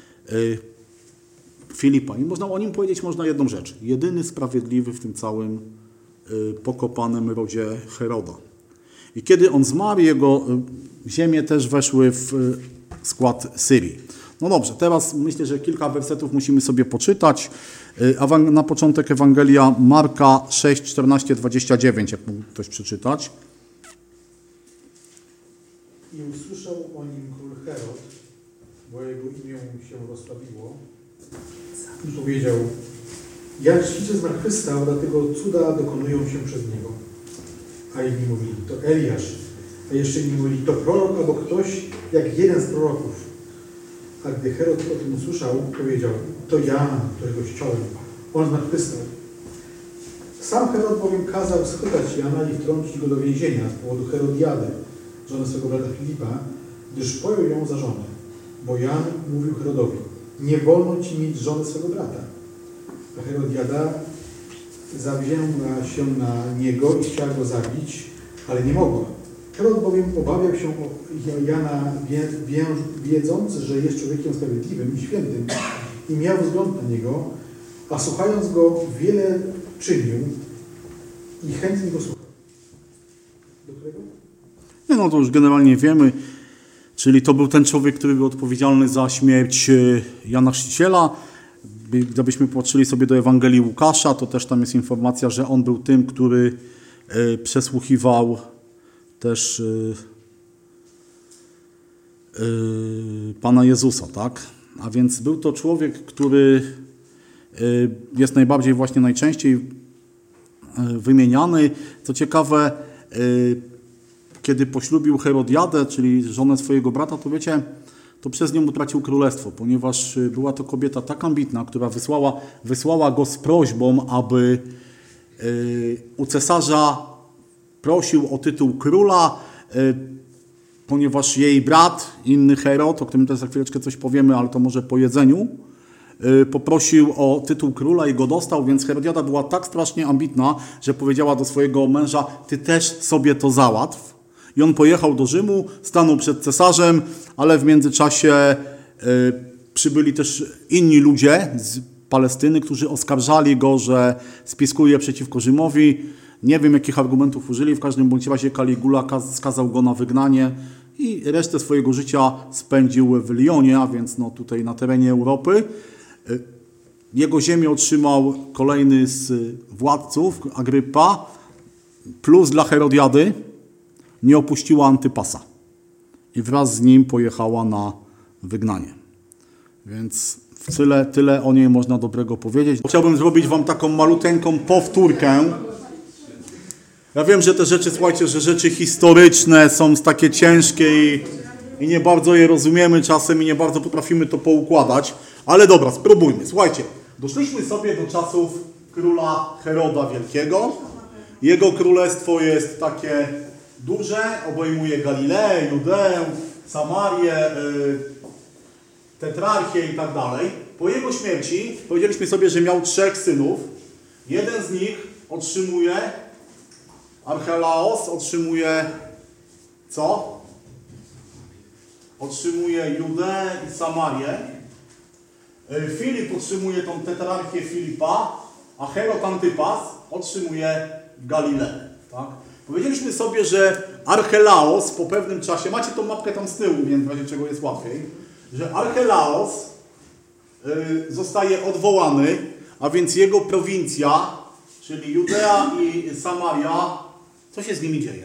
Filipa. I można o nim powiedzieć jedną rzecz. Jedyny sprawiedliwy w tym całym pokopanym rodzie Heroda. I kiedy on zmarł, jego ziemie też weszły w skład Syrii. No dobrze, teraz myślę, że kilka wersetów musimy sobie poczytać. Na początek Ewangelia Marka 6, 14, 29, jak mógł ktoś przeczytać. I usłyszał o nim król Herod, bo jego imię się rozsławiło. I powiedział: jak świcie zmartwychwstał, dlatego cuda dokonują się przez niego. A inni mówili: to Eliasz. A jeszcze inni mówili: to prorok albo ktoś jak jeden z proroków. A gdy Herod o tym usłyszał, powiedział: to Jan, którego ściąłem. On zmartwychwstał. Sam Herod bowiem kazał schwytać Jana i wtrącić go do więzienia z powodu Herodiady, żony swego brata Filipa, gdyż pojął ją za żonę. Bo Jan mówił Herodowi: nie wolno ci mieć żony swego brata. A Herodiada zawzięła się na niego i chciała go zabić, ale nie mogła. Herod bowiem obawiał się o Jana wiedząc, że jest człowiekiem sprawiedliwym i świętym i miał wzgląd na niego, a słuchając go wiele czynił i chętnie go słuchał. Do którego? Nie, no to już generalnie wiemy, czyli to był ten człowiek, który był odpowiedzialny za śmierć Jana Chrzciciela. Gdybyśmy patrzyli sobie do Ewangelii Łukasza, to też tam jest informacja, że on był tym, który przesłuchiwał też Pana Jezusa, tak? A więc był to człowiek, który jest najbardziej właśnie najczęściej wymieniany. Co ciekawe, kiedy poślubił Herodiadę, czyli żonę swojego brata, to wiecie, to przez nią utracił królestwo, ponieważ była to kobieta tak ambitna, która wysłała go z prośbą, aby u cesarza prosił o tytuł króla, ponieważ jej brat, inny Herod, o którym też za chwileczkę coś powiemy, ale to może po jedzeniu, poprosił o tytuł króla i go dostał, więc Herodiada była tak strasznie ambitna, że powiedziała do swojego męża: ty też sobie to załatw. I on pojechał do Rzymu, stanął przed cesarzem, ale w międzyczasie przybyli też inni ludzie z Palestyny, którzy oskarżali go, że spiskuje przeciwko Rzymowi. Nie wiem, jakich argumentów użyli, w każdym bądź razie Kaligula skazał go na wygnanie i resztę swojego życia spędził w Lyonie, a więc no tutaj na terenie Europy. Jego ziemię otrzymał kolejny z władców, Agrypa, plus dla Herodiady nie opuściła Antypasa i wraz z nim pojechała na wygnanie. Więc tyle o niej można dobrego powiedzieć. Chciałbym zrobić wam taką maluteńką powtórkę. Ja wiem, że te rzeczy, słuchajcie, że rzeczy historyczne są takie ciężkie i nie bardzo je rozumiemy czasem i nie bardzo potrafimy to poukładać. Ale dobra, spróbujmy. Słuchajcie, doszliśmy sobie do czasów króla Heroda Wielkiego. Jego królestwo jest takie duże, obejmuje Galileę, Judeę, Samarię, Tetrarchię i tak dalej. Po jego śmierci powiedzieliśmy sobie, że miał 3 synów. Jeden z nich otrzymuje, Archelaos otrzymuje co? Otrzymuje Judeę i Samarię. Filip otrzymuje tą tetrarchię Filipa, a Herod Antypas otrzymuje Galileę. Tak? Powiedzieliśmy sobie, że Archelaos po pewnym czasie, macie tą mapkę tam z tyłu, więc w razie czego jest łatwiej, że Archelaos zostaje odwołany, a więc jego prowincja, czyli Judea i Samaria, co się z nimi dzieje?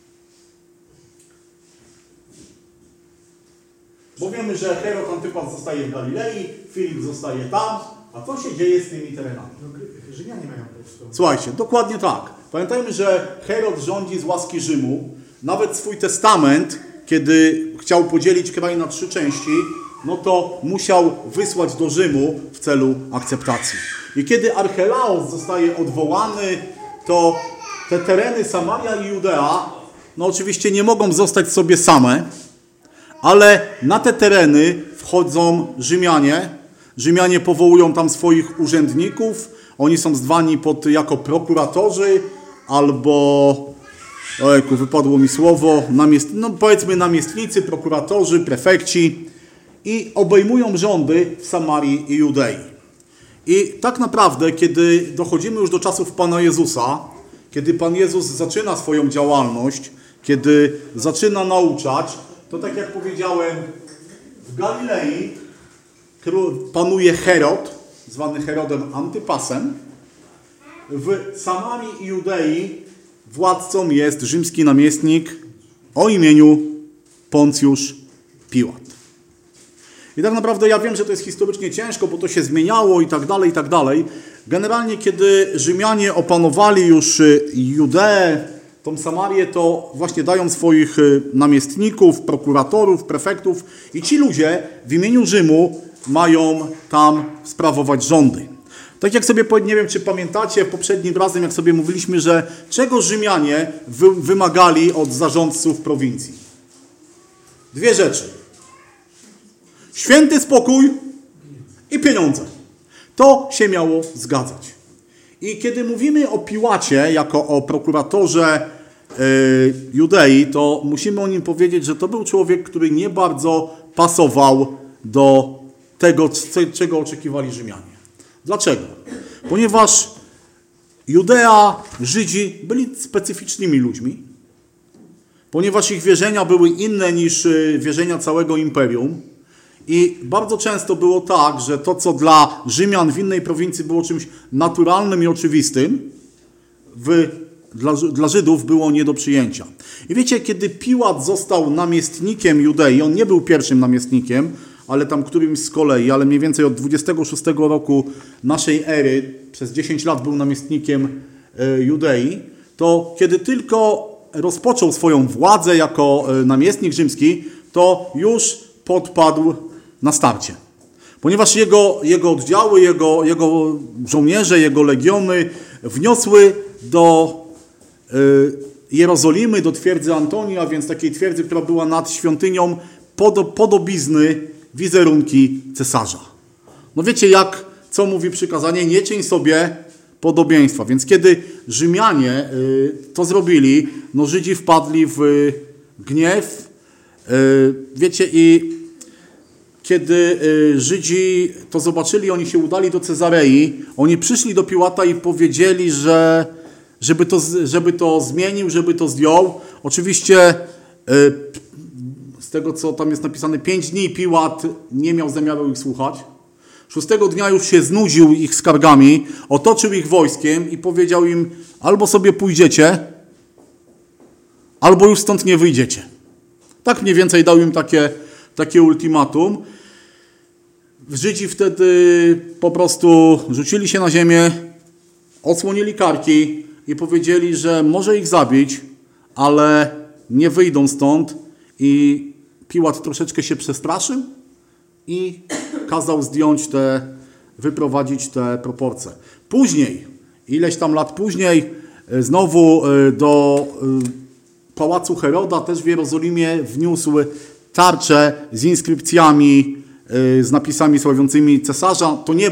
Bo wiemy, że Herod Antypas zostaje w Galilei, Filip zostaje tam, a co się dzieje z tymi terenami? No, Rzymianie mają po prostu. Słuchajcie, dokładnie tak. Pamiętajmy, że Herod rządzi z łaski Rzymu. Nawet swój testament, kiedy chciał podzielić kraj na 3 części, no to musiał wysłać do Rzymu w celu akceptacji. I kiedy Archelaos zostaje odwołany, to te tereny Samaria i Judea, no oczywiście nie mogą zostać sobie same, ale na te tereny wchodzą Rzymianie. Rzymianie powołują tam swoich urzędników. Oni są zwani jako prokuratorzy albo, ojku, wypadło mi słowo, powiedzmy namiestnicy, prokuratorzy, prefekci i obejmują rządy w Samarii i Judei. I tak naprawdę, kiedy dochodzimy już do czasów Pana Jezusa, kiedy Pan Jezus zaczyna swoją działalność, kiedy zaczyna nauczać, to tak jak powiedziałem, w Galilei panuje Herod, zwany Herodem Antypasem. W Samarii i Judei władcą jest rzymski namiestnik o imieniu Poncjusz Piłat. I tak naprawdę ja wiem, że to jest historycznie ciężko, bo to się zmieniało i tak dalej, i tak dalej. Generalnie, kiedy Rzymianie opanowali już Judeę, tą Samarię, to właśnie dają swoich namiestników, prokuratorów, prefektów i ci ludzie w imieniu Rzymu mają tam sprawować rządy. Tak jak sobie, nie wiem czy pamiętacie, poprzednim razem jak sobie mówiliśmy, że czego Rzymianie wymagali od zarządców prowincji? 2 rzeczy. Święty spokój i pieniądze. To się miało zgadzać. I kiedy mówimy o Piłacie jako o prokuratorze Judei, to musimy o nim powiedzieć, że to był człowiek, który nie bardzo pasował do tego, czego oczekiwali Rzymianie. Dlaczego? Ponieważ Judea, Żydzi byli specyficznymi ludźmi, ponieważ ich wierzenia były inne niż wierzenia całego imperium i bardzo często było tak, że to, co dla Rzymian w innej prowincji było czymś naturalnym i oczywistym, dla Żydów było nie do przyjęcia. I wiecie, kiedy Piłat został namiestnikiem Judei, on nie był pierwszym namiestnikiem, ale tam którymś z kolei, ale mniej więcej od 26 roku naszej ery, przez 10 lat był namiestnikiem Judei, to kiedy tylko rozpoczął swoją władzę jako namiestnik rzymski, to już podpadł na starcie. Ponieważ jego oddziały, jego żołnierze, jego legiony wniosły do Jerozolimy, do twierdzy Antonia, więc takiej twierdzy, która była nad świątynią, podobizny, wizerunki cesarza. No wiecie, co mówi przykazanie? Nie czyń sobie podobieństwa. Więc kiedy Rzymianie to zrobili, no Żydzi wpadli w gniew. Wiecie, i kiedy Żydzi to zobaczyli, oni się udali do Cezarei, oni przyszli do Piłata i powiedzieli, żeby to zmienił, żeby to zdjął. Oczywiście z tego, co tam jest napisane, 5 dni Piłat nie miał zamiaru ich słuchać. 6 dnia już się znudził ich skargami, otoczył ich wojskiem i powiedział im: albo sobie pójdziecie, albo już stąd nie wyjdziecie. Tak mniej więcej dał im takie ultimatum. Żydzi wtedy po prostu rzucili się na ziemię, odsłonili karki i powiedzieli, że może ich zabić, ale nie wyjdą stąd. I Piłat troszeczkę się przestraszył i kazał wyprowadzić te proporcje. Później, ileś tam lat później, znowu do pałacu Heroda, też w Jerozolimie, wniósł tarczę z inskrypcjami, z napisami sławiącymi cesarza.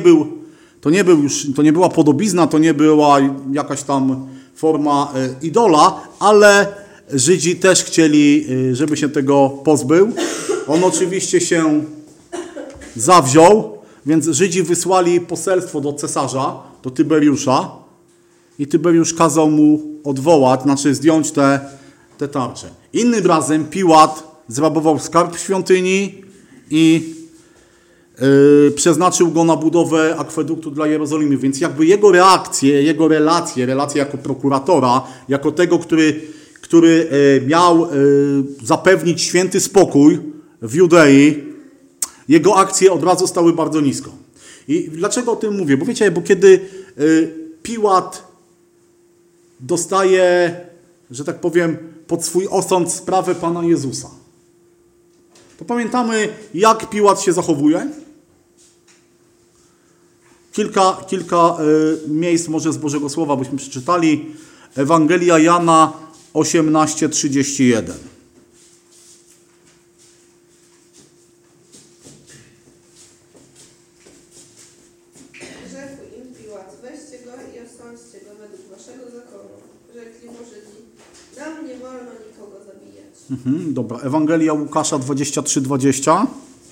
To nie była podobizna, to nie była jakaś tam forma idola, ale Żydzi też chcieli, żeby się tego pozbył. On oczywiście się zawziął, więc Żydzi wysłali poselstwo do cesarza, do Tyberiusza i Tyberiusz kazał mu odwołać, znaczy zdjąć te tarcze. Innym razem Piłat zrabował skarb świątyni i przeznaczył go na budowę akweduktu dla Jerozolimy, więc jakby jego reakcje, jego relacje jako prokuratora, jako tego, który miał zapewnić święty spokój w Judei, jego akcje od razu stały bardzo nisko. I dlaczego o tym mówię? Bo wiecie, kiedy Piłat dostaje, że tak powiem, pod swój osąd sprawę Pana Jezusa, to pamiętamy, jak Piłat się zachowuje? Kilka miejsc może z Bożego Słowa byśmy przeczytali. Ewangelia Jana 18:31. Rzekł im Piłat: weźcie go i osądźcie go według waszego zakonu. Rzekli mu Żydzi: nam nie wolno nikogo zabijać. Dobra, Ewangelia Łukasza 23:20.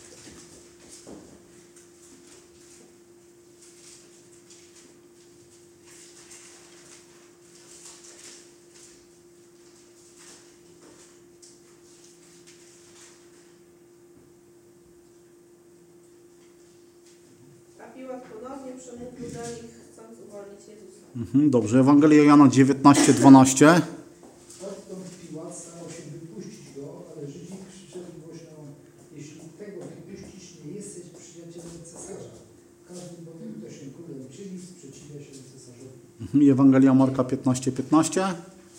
Piłat ponownie przemówił do nich, chcąc uwolnić Jezusa. Dobrze, Ewangelia Jana 19:12. Odtąd Piłat starał się wypuścić go, ale Żydzi krzyczeli głośno: jeśli tego wypuścisz, nie jesteś przyjacielem cesarza. Każdy bowiem, kto się królem czyni, sprzeciwia się cesarzowi. Ewangelia Marka 15:15.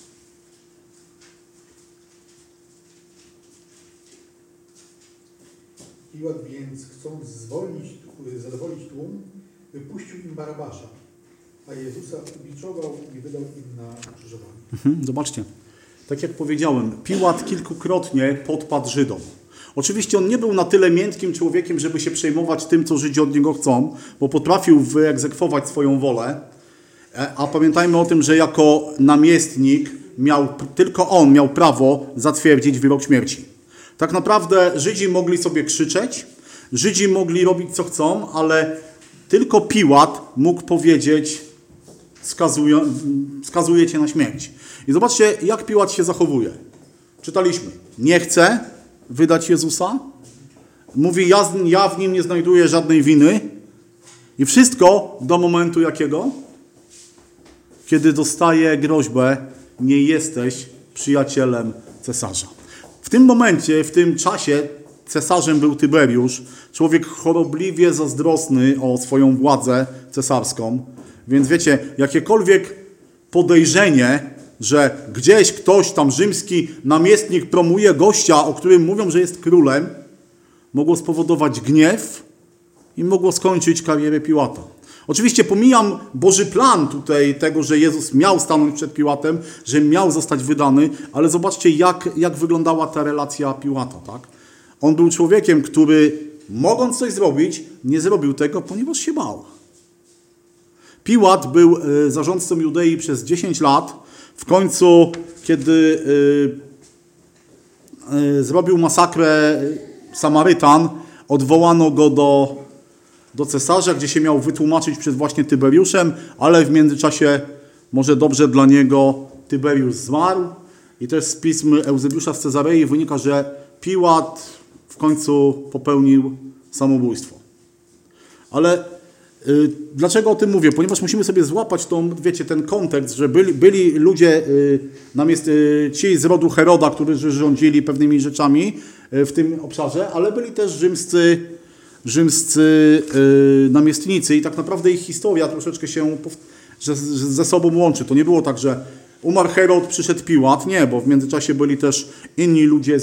Piłat więc, chcąc zadowolić tłum, wypuścił im Barabasza, a Jezusa ubiczował i wydał im na ukrzyżowanie. Zobaczcie, tak jak powiedziałem, Piłat kilkukrotnie podpadł Żydom. Oczywiście on nie był na tyle miękkim człowiekiem, żeby się przejmować tym, co Żydzi od niego chcą, bo potrafił wyegzekwować swoją wolę, a pamiętajmy o tym, że jako namiestnik tylko on miał prawo zatwierdzić wyrok śmierci. Tak naprawdę Żydzi mogli sobie krzyczeć, Żydzi mogli robić co chcą, ale tylko Piłat mógł powiedzieć: skazuje cię na śmierć. I zobaczcie, jak Piłat się zachowuje. Czytaliśmy: nie chce wydać Jezusa. Mówi: ja w nim nie znajduję żadnej winy. I wszystko do momentu jakiego? Kiedy dostaje groźbę: nie jesteś przyjacielem cesarza. W tym momencie, w tym czasie cesarzem był Tyberiusz, człowiek chorobliwie zazdrosny o swoją władzę cesarską. Więc wiecie, jakiekolwiek podejrzenie, że gdzieś ktoś tam rzymski namiestnik promuje gościa, o którym mówią, że jest królem, mogło spowodować gniew i mogło skończyć karierę Piłata. Oczywiście pomijam Boży plan tutaj tego, że Jezus miał stanąć przed Piłatem, że miał zostać wydany, ale zobaczcie, jak wyglądała ta relacja Piłata. Tak? On był człowiekiem, który mogąc coś zrobić, nie zrobił tego, ponieważ się bał. Piłat był zarządcą Judei przez 10 lat. W końcu, kiedy zrobił masakrę Samarytan, odwołano go do cesarza, gdzie się miał wytłumaczyć przed właśnie Tyberiuszem, ale w międzyczasie, może dobrze dla niego, Tyberiusz zmarł. I też z pism Eusebiusza z Cezarei wynika, że Piłat w końcu popełnił samobójstwo. Ale dlaczego o tym mówię? Ponieważ musimy sobie złapać ten kontekst, że byli ludzie, ci z rodu Heroda, którzy rządzili pewnymi rzeczami w tym obszarze, ale byli też rzymscy namiestnicy i tak naprawdę ich historia troszeczkę się ze sobą łączy. To nie było tak, że umarł Herod, przyszedł Piłat. Nie, bo w międzyczasie byli też inni ludzie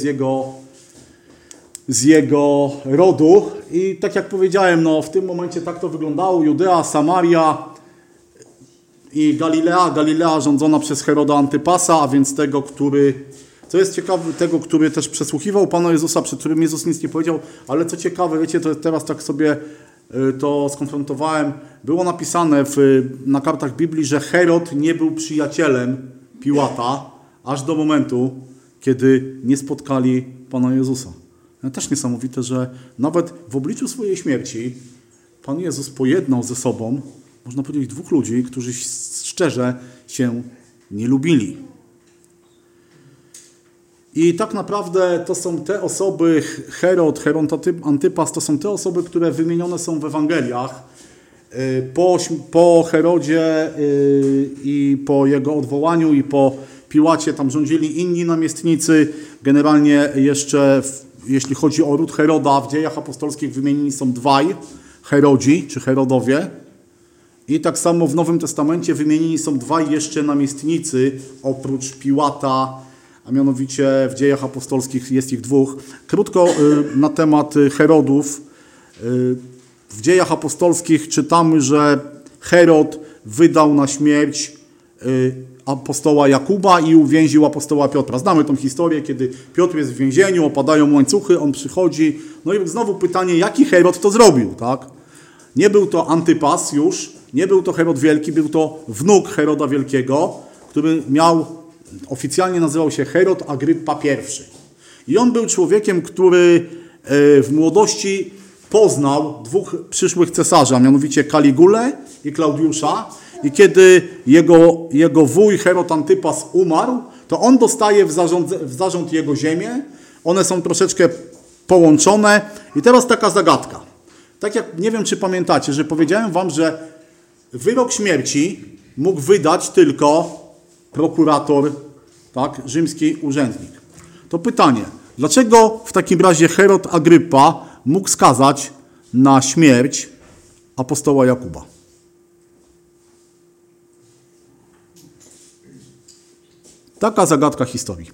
z jego rodu i tak jak powiedziałem, w tym momencie tak to wyglądało. Judea, Samaria i Galilea rządzona przez Heroda Antypasa, a więc tego, co jest ciekawe, tego, który też przesłuchiwał Pana Jezusa, przed którym Jezus nic nie powiedział, ale co ciekawe, wiecie, to teraz tak sobie to skonfrontowałem, było napisane na kartach Biblii, że Herod nie był przyjacielem Piłata, aż do momentu, kiedy nie spotkali Pana Jezusa. Też niesamowite, że nawet w obliczu swojej śmierci Pan Jezus pojednał ze sobą, można powiedzieć, dwóch ludzi, którzy szczerze się nie lubili. I tak naprawdę to są te osoby, Herod Antypas, to są te osoby, które wymienione są w Ewangeliach. Po Herodzie i po jego odwołaniu i po Piłacie tam rządzili inni namiestnicy. Generalnie jeszcze jeśli chodzi o ród Heroda, w Dziejach Apostolskich wymienieni są dwaj Herodzi, czy Herodowie. I tak samo w Nowym Testamencie wymienieni są dwaj jeszcze namiestnicy, oprócz Piłata, a mianowicie w Dziejach Apostolskich jest ich dwóch. Krótko na temat Herodów. W Dziejach Apostolskich czytamy, że Herod wydał na śmierć apostoła Jakuba i uwięził apostoła Piotra. Znamy tą historię, kiedy Piotr jest w więzieniu, opadają łańcuchy, on przychodzi. No i znowu pytanie, jaki Herod to zrobił, tak? Nie był to Antypas już, nie był to Herod Wielki, był to wnuk Heroda Wielkiego, który oficjalnie nazywał się Herod Agryppa I. I on był człowiekiem, który w młodości poznał dwóch przyszłych cesarzy, a mianowicie Kaligulę i Klaudiusza. I kiedy jego wuj Herod Antypas umarł, to on dostaje w zarząd jego ziemię. One są troszeczkę połączone. I teraz taka zagadka. Tak jak, nie wiem czy pamiętacie, że powiedziałem wam, że wyrok śmierci mógł wydać tylko prokurator, tak, rzymski urzędnik. To pytanie, dlaczego w takim razie Herod Agryppa mógł skazać na śmierć apostoła Jakuba? Taka zagadka historii.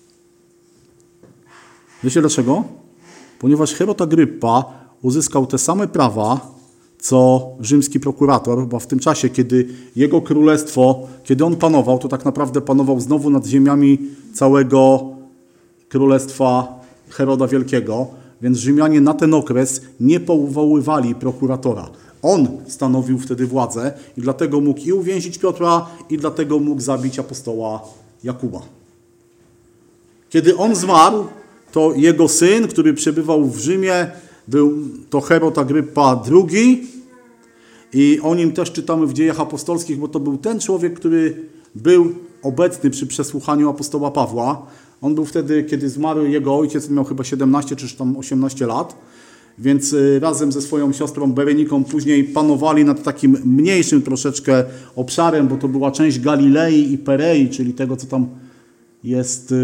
Wiecie dlaczego? Ponieważ Herod Agryppa uzyskał te same prawa, co rzymski prokurator, bo w tym czasie, kiedy jego królestwo, kiedy on panował, to tak naprawdę panował znowu nad ziemiami całego królestwa Heroda Wielkiego, więc Rzymianie na ten okres nie powoływali prokuratora. On stanowił wtedy władzę i dlatego mógł i uwięzić Piotra, i dlatego mógł zabić apostoła Jakuba. Kiedy on zmarł, to jego syn, który przebywał w Rzymie, był to Herod Agrypa II i o nim też czytamy w Dziejach Apostolskich, bo to był ten człowiek, który był obecny przy przesłuchaniu apostoła Pawła. On był wtedy, kiedy zmarł jego ojciec, miał chyba 17 czy tam 18 lat, więc razem ze swoją siostrą Bereniką później panowali nad takim mniejszym troszeczkę obszarem, bo to była część Galilei i Perei, czyli tego, co tam jest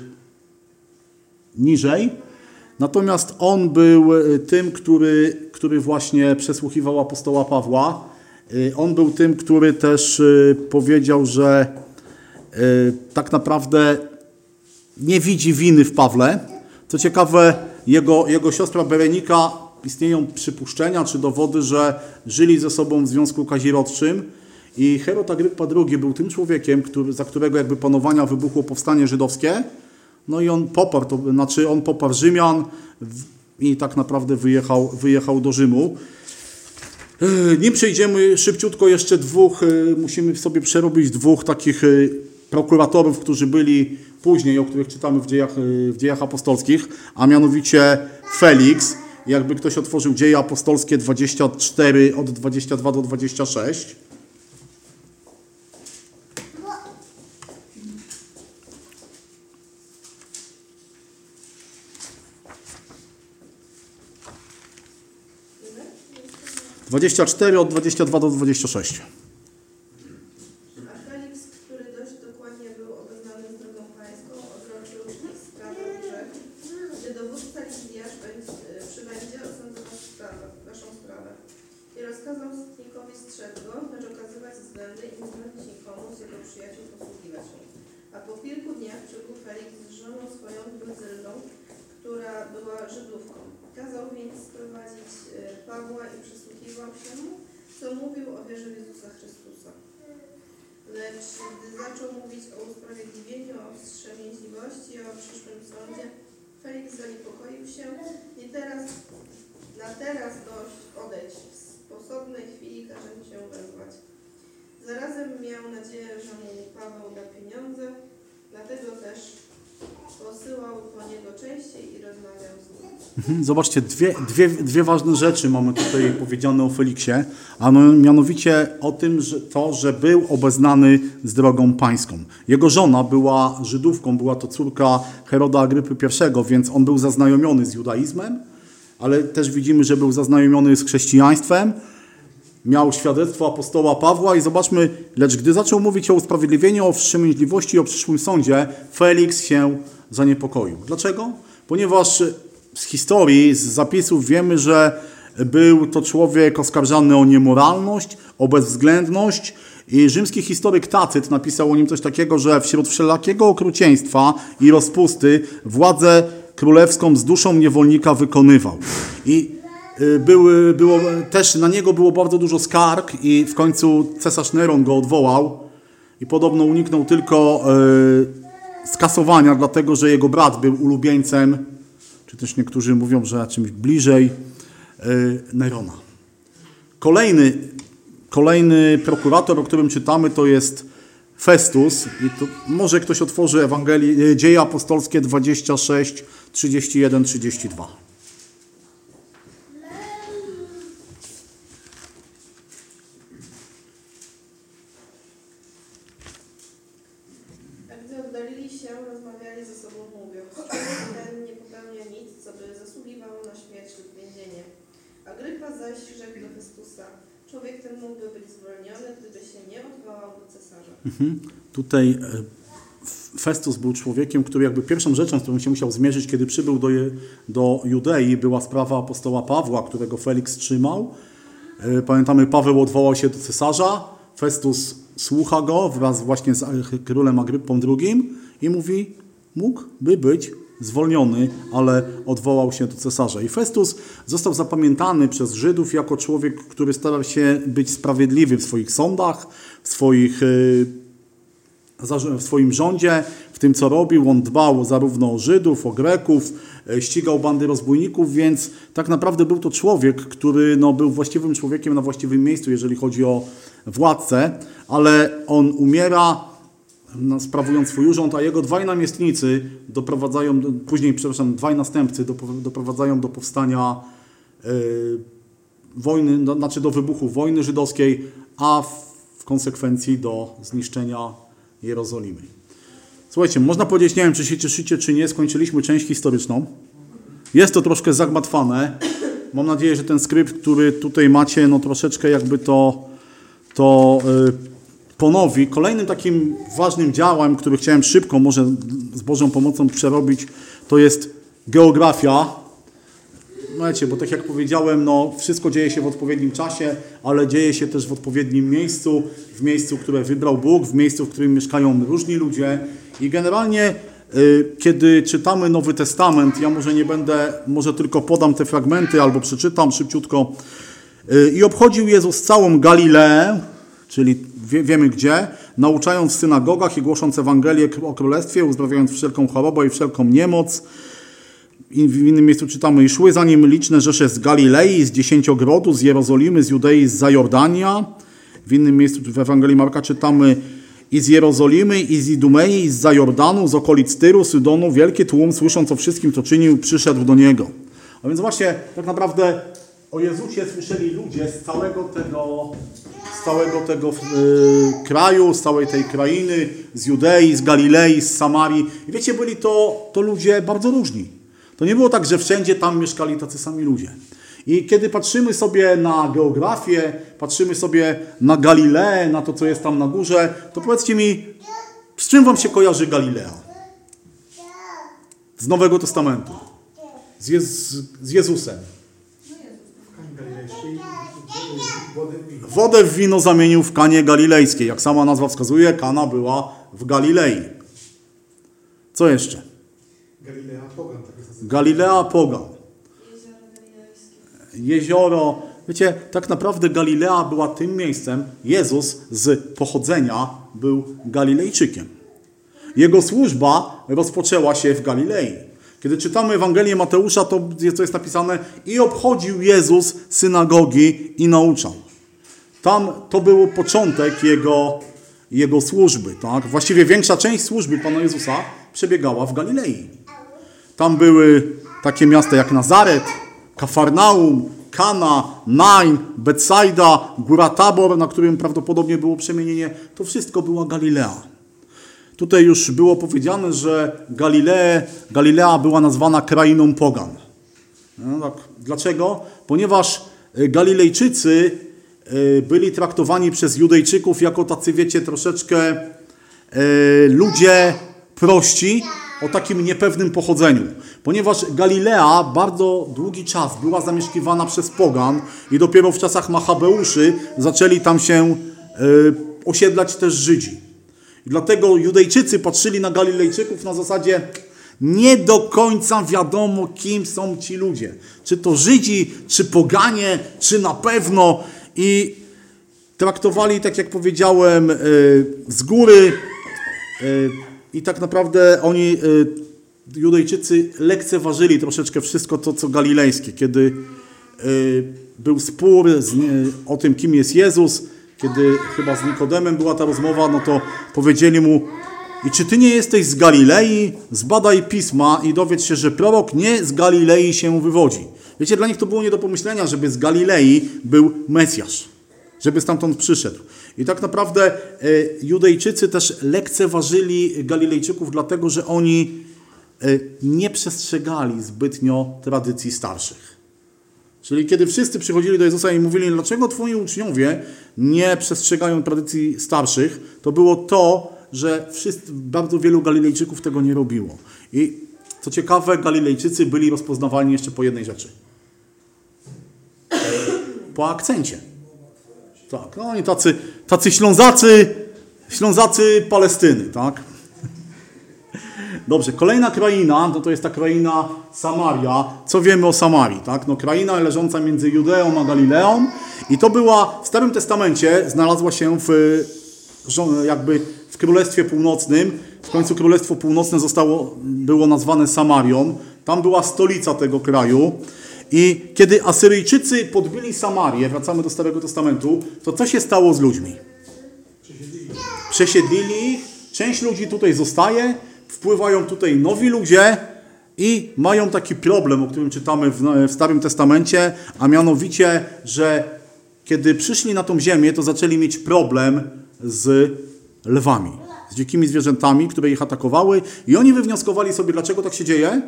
niżej. Natomiast on był tym, który właśnie przesłuchiwał apostoła Pawła. On był tym, który też powiedział, że tak naprawdę nie widzi winy w Pawle. Co ciekawe, jego siostra Berenika, istnieją przypuszczenia czy dowody, że żyli ze sobą w związku kazirodczym i Herod Agrypa II był tym człowiekiem, za którego jakby panowania wybuchło powstanie żydowskie. No i on poparł Rzymian i tak naprawdę wyjechał do Rzymu. Nim przejdziemy szybciutko jeszcze musimy sobie przerobić dwóch takich prokuratorów, którzy byli później, o których czytamy w dziejach apostolskich, a mianowicie Felix. Jakby ktoś otworzył Dzieje Apostolskie 24 od 22 do 26. Ile? 24 od 22 do 26. A Felix, który dość dokładnie był obeznany z drogą pańską, odroczył ich sprawę grzech. Gdy dowódca Lidiasz przybędzie, osądzę waszą sprawę. I rozkazał setnikowi strzec go, lecz okazywać względy i nie zmówić nikomu z jego przyjaciół posługiwać mu. A po kilku dniach przybył Felix z żoną swoją Druzyldą, która była Żydówką. Kazał więc sprowadzić Pawła i przysłuchiwał się mu, co mówił o wierze w Jezusa Chrystusa. Lecz gdy zaczął mówić o usprawiedliwieniu, o wstrzemięźliwości, o przyszłym sądzie, Felix zaniepokoił się i na teraz dość odejdź. W sposobnej chwili każe mi się wezwać. Zarazem miał nadzieję, że mu Paweł da pieniądze, dlatego też posyłał po niego częściej i rozmawiał z nim. Zobaczcie, dwie ważne rzeczy mamy tutaj powiedziane o Feliksie, a mianowicie o tym, że był obeznany z drogą pańską. Jego żona była Żydówką, była to córka Heroda Agrypy I, więc on był zaznajomiony z judaizmem, ale też widzimy, że był zaznajomiony z chrześcijaństwem. Miał świadectwo apostoła Pawła i zobaczmy, lecz gdy zaczął mówić o usprawiedliwieniu, o wstrzemięźliwości i o przyszłym sądzie, Felix się zaniepokoił. Dlaczego? Ponieważ z historii, z zapisów wiemy, że był to człowiek oskarżany o niemoralność, o bezwzględność i rzymski historyk Tacyt napisał o nim coś takiego, że wśród wszelakiego okrucieństwa i rozpusty władzę królewską z duszą niewolnika wykonywał. I też na niego było bardzo dużo skarg i w końcu cesarz Neron go odwołał i podobno uniknął tylko skasowania, dlatego że jego brat był ulubieńcem, czy też niektórzy mówią, że czymś bliżej Nerona. Kolejny prokurator, o którym czytamy, to jest Festus. I to może ktoś otworzy Dzieje Apostolskie 26, 31, 32. Rozmawiali ze sobą mówiąc, człowiek ten nie popełnia nic, co by zasługiwało na śmierć lub więzienie. Agrypa zaś rzekł do Festusa, człowiek ten mógłby być zwolniony, gdyby się nie odwołał do cesarza. Tutaj Festus był człowiekiem, który jakby pierwszą rzeczą, z którą się musiał zmierzyć, kiedy przybył do Judei, była sprawa apostoła Pawła, którego Felix trzymał. Pamiętamy, Paweł odwołał się do cesarza, Festus słucha go wraz właśnie z królem Agrypą II i mówi, mógłby być zwolniony, ale odwołał się do cesarza. I Festus został zapamiętany przez Żydów jako człowiek, który starał się być sprawiedliwy w swoich sądach, w swoim rządzie, w tym co robił. On dbał zarówno o Żydów, o Greków, ścigał bandy rozbójników, więc tak naprawdę był to człowiek, który był właściwym człowiekiem na właściwym miejscu, jeżeli chodzi o władcę, ale on umiera sprawując swój urząd, a jego dwaj namiestnicy dwaj następcy doprowadzają do powstania wojny, znaczy do wybuchu wojny żydowskiej, a w konsekwencji do zniszczenia Jerozolimy. Słuchajcie, można powiedzieć, nie wiem, czy się cieszycie, czy nie, skończyliśmy część historyczną. Jest to troszkę zagmatwane. Mam nadzieję, że ten skrypt, który tutaj macie, no troszeczkę jakby to ponowi. Kolejnym takim ważnym działem, który chciałem szybko, może z Bożą pomocą przerobić, to jest geografia. Wiecie, bo tak jak powiedziałem, no wszystko dzieje się w odpowiednim czasie, ale dzieje się też w odpowiednim miejscu, w miejscu, które wybrał Bóg, w miejscu, w którym mieszkają różni ludzie. I generalnie, kiedy czytamy Nowy Testament, ja może tylko podam te fragmenty albo przeczytam szybciutko. I obchodził Jezus całą Galileę, czyli wiemy gdzie, nauczając w synagogach i głosząc Ewangelię o Królestwie, uzdrawiając wszelką chorobę i wszelką niemoc. I w innym miejscu czytamy, i szły za nim liczne rzesze z Galilei, z Dziesięciogrodu, z Jerozolimy, z Judei, z Zajordania. W innym miejscu w Ewangelii Marka czytamy, i z Jerozolimy, i z Idumei, i z Zajordanu, z okolic Tyru, Sydonu, wielki tłum, słysząc o wszystkim, co czynił, przyszedł do Niego. A więc właśnie tak naprawdę o Jezusie słyszeli ludzie z całego tego kraju, z całej tej krainy, z Judei, z Galilei, z Samarii. I wiecie, byli to ludzie bardzo różni. To nie było tak, że wszędzie tam mieszkali tacy sami ludzie. I kiedy patrzymy sobie na geografię, patrzymy sobie na Galileę, na to, co jest tam na górze, to powiedzcie mi, z czym wam się kojarzy Galilea? Z Nowego Testamentu. Z Jezusem. Wodę w wino zamienił w Kanie Galilejskiej. Jak sama nazwa wskazuje, Kana była w Galilei. Co jeszcze? Galilea Pogan. Jezioro. Wiecie, tak naprawdę Galilea była tym miejscem. Jezus z pochodzenia był Galilejczykiem. Jego służba rozpoczęła się w Galilei. Kiedy czytamy Ewangelię Mateusza, to jest napisane, i obchodził Jezus synagogi i nauczał. Tam to był początek jego służby. Tak? Właściwie większa część służby Pana Jezusa przebiegała w Galilei. Tam były takie miasta jak Nazaret, Kafarnaum, Kana, Nain, Betsaida, Góra Tabor, na którym prawdopodobnie było przemienienie. To wszystko była Galilea. Tutaj już było powiedziane, że Galilea była nazwana krainą pogan. No tak. Dlaczego? Ponieważ Galilejczycy byli traktowani przez Judejczyków jako tacy, wiecie, troszeczkę ludzie prości, o takim niepewnym pochodzeniu. Ponieważ Galilea bardzo długi czas była zamieszkiwana przez pogan i dopiero w czasach Machabeuszy zaczęli tam się osiedlać też Żydzi. I dlatego Judejczycy patrzyli na Galilejczyków na zasadzie nie do końca wiadomo, kim są ci ludzie. Czy to Żydzi, czy poganie, czy na pewno. I traktowali, tak jak powiedziałem, z góry. I tak naprawdę oni, Judejczycy, lekceważyli troszeczkę wszystko to, co galilejskie. Kiedy był spór o tym, kim jest Jezus, kiedy chyba z Nikodemem była ta rozmowa, no to powiedzieli mu, i czy ty nie jesteś z Galilei? Zbadaj pisma i dowiedz się, że prorok nie z Galilei się wywodzi. Wiecie, dla nich to było nie do pomyślenia, żeby z Galilei był Mesjasz, żeby stamtąd przyszedł. I tak naprawdę Judejczycy też lekceważyli Galilejczyków, dlatego że oni nie przestrzegali zbytnio tradycji starszych. Czyli kiedy wszyscy przychodzili do Jezusa i mówili, dlaczego twoi uczniowie nie przestrzegają tradycji starszych, to było to, że bardzo wielu Galilejczyków tego nie robiło. I co ciekawe, Galilejczycy byli rozpoznawalni jeszcze po jednej rzeczy. Po akcencie. Tak, no oni tacy Ślązacy Palestyny, tak? Dobrze, kolejna kraina, to jest ta kraina Samaria. Co wiemy o Samarii, tak? No kraina leżąca między Judeą a Galileą i to była, w Starym Testamencie znalazła się w Królestwie Północnym. W końcu Królestwo Północne było nazwane Samarią. Tam była stolica tego kraju. I kiedy Asyryjczycy podbili Samarię, wracamy do Starego Testamentu, to co się stało z ludźmi? Przesiedlili ich, Część ludzi tutaj zostaje, wpływają tutaj nowi ludzie i mają taki problem, o którym czytamy w Starym Testamencie, a mianowicie, że kiedy przyszli na tą ziemię, to zaczęli mieć problem z lwami, z dzikimi zwierzętami, które ich atakowały i oni wywnioskowali sobie, dlaczego tak się dzieje?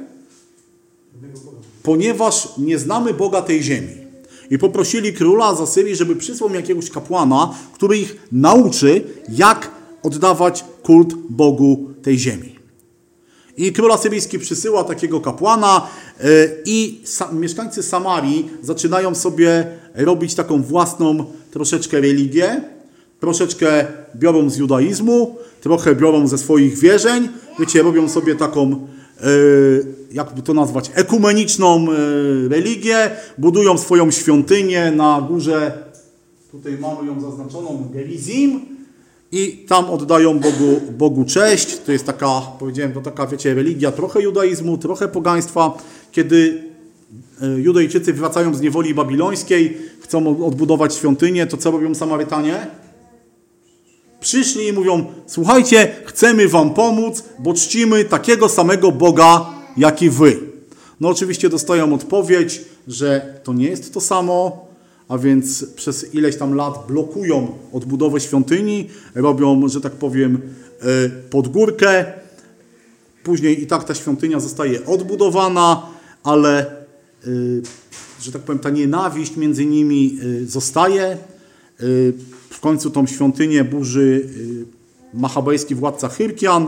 Ponieważ nie znamy Boga tej ziemi. I poprosili króla z Asyrii, żeby przysłał jakiegoś kapłana, który ich nauczy, jak oddawać kult Bogu tej ziemi. I król asyryjski przysyła takiego kapłana i mieszkańcy Samarii zaczynają sobie robić taką własną troszeczkę religię. Troszeczkę biorą z judaizmu, trochę biorą ze swoich wierzeń. Wiecie, robią sobie taką, jakby to nazwać, ekumeniczną religię. Budują swoją świątynię na górze, tutaj mamy ją zaznaczoną, Gerizim. I tam oddają Bogu cześć. To jest taka, powiedziałem, to taka, wiecie, religia trochę judaizmu, trochę pogaństwa. Kiedy Judejczycy wracają z niewoli babilońskiej, chcą odbudować świątynię, to co robią Samarytanie? Przyszli i mówią, słuchajcie, chcemy wam pomóc, bo czcimy takiego samego Boga, jak i wy. No oczywiście dostają odpowiedź, że to nie jest to samo, a więc przez ileś tam lat blokują odbudowę świątyni, robią, że tak powiem, podgórkę. Później i tak ta świątynia zostaje odbudowana, ale, że tak powiem, ta nienawiść między nimi zostaje. W końcu tą świątynię burzy machabejski władca Hyrkian.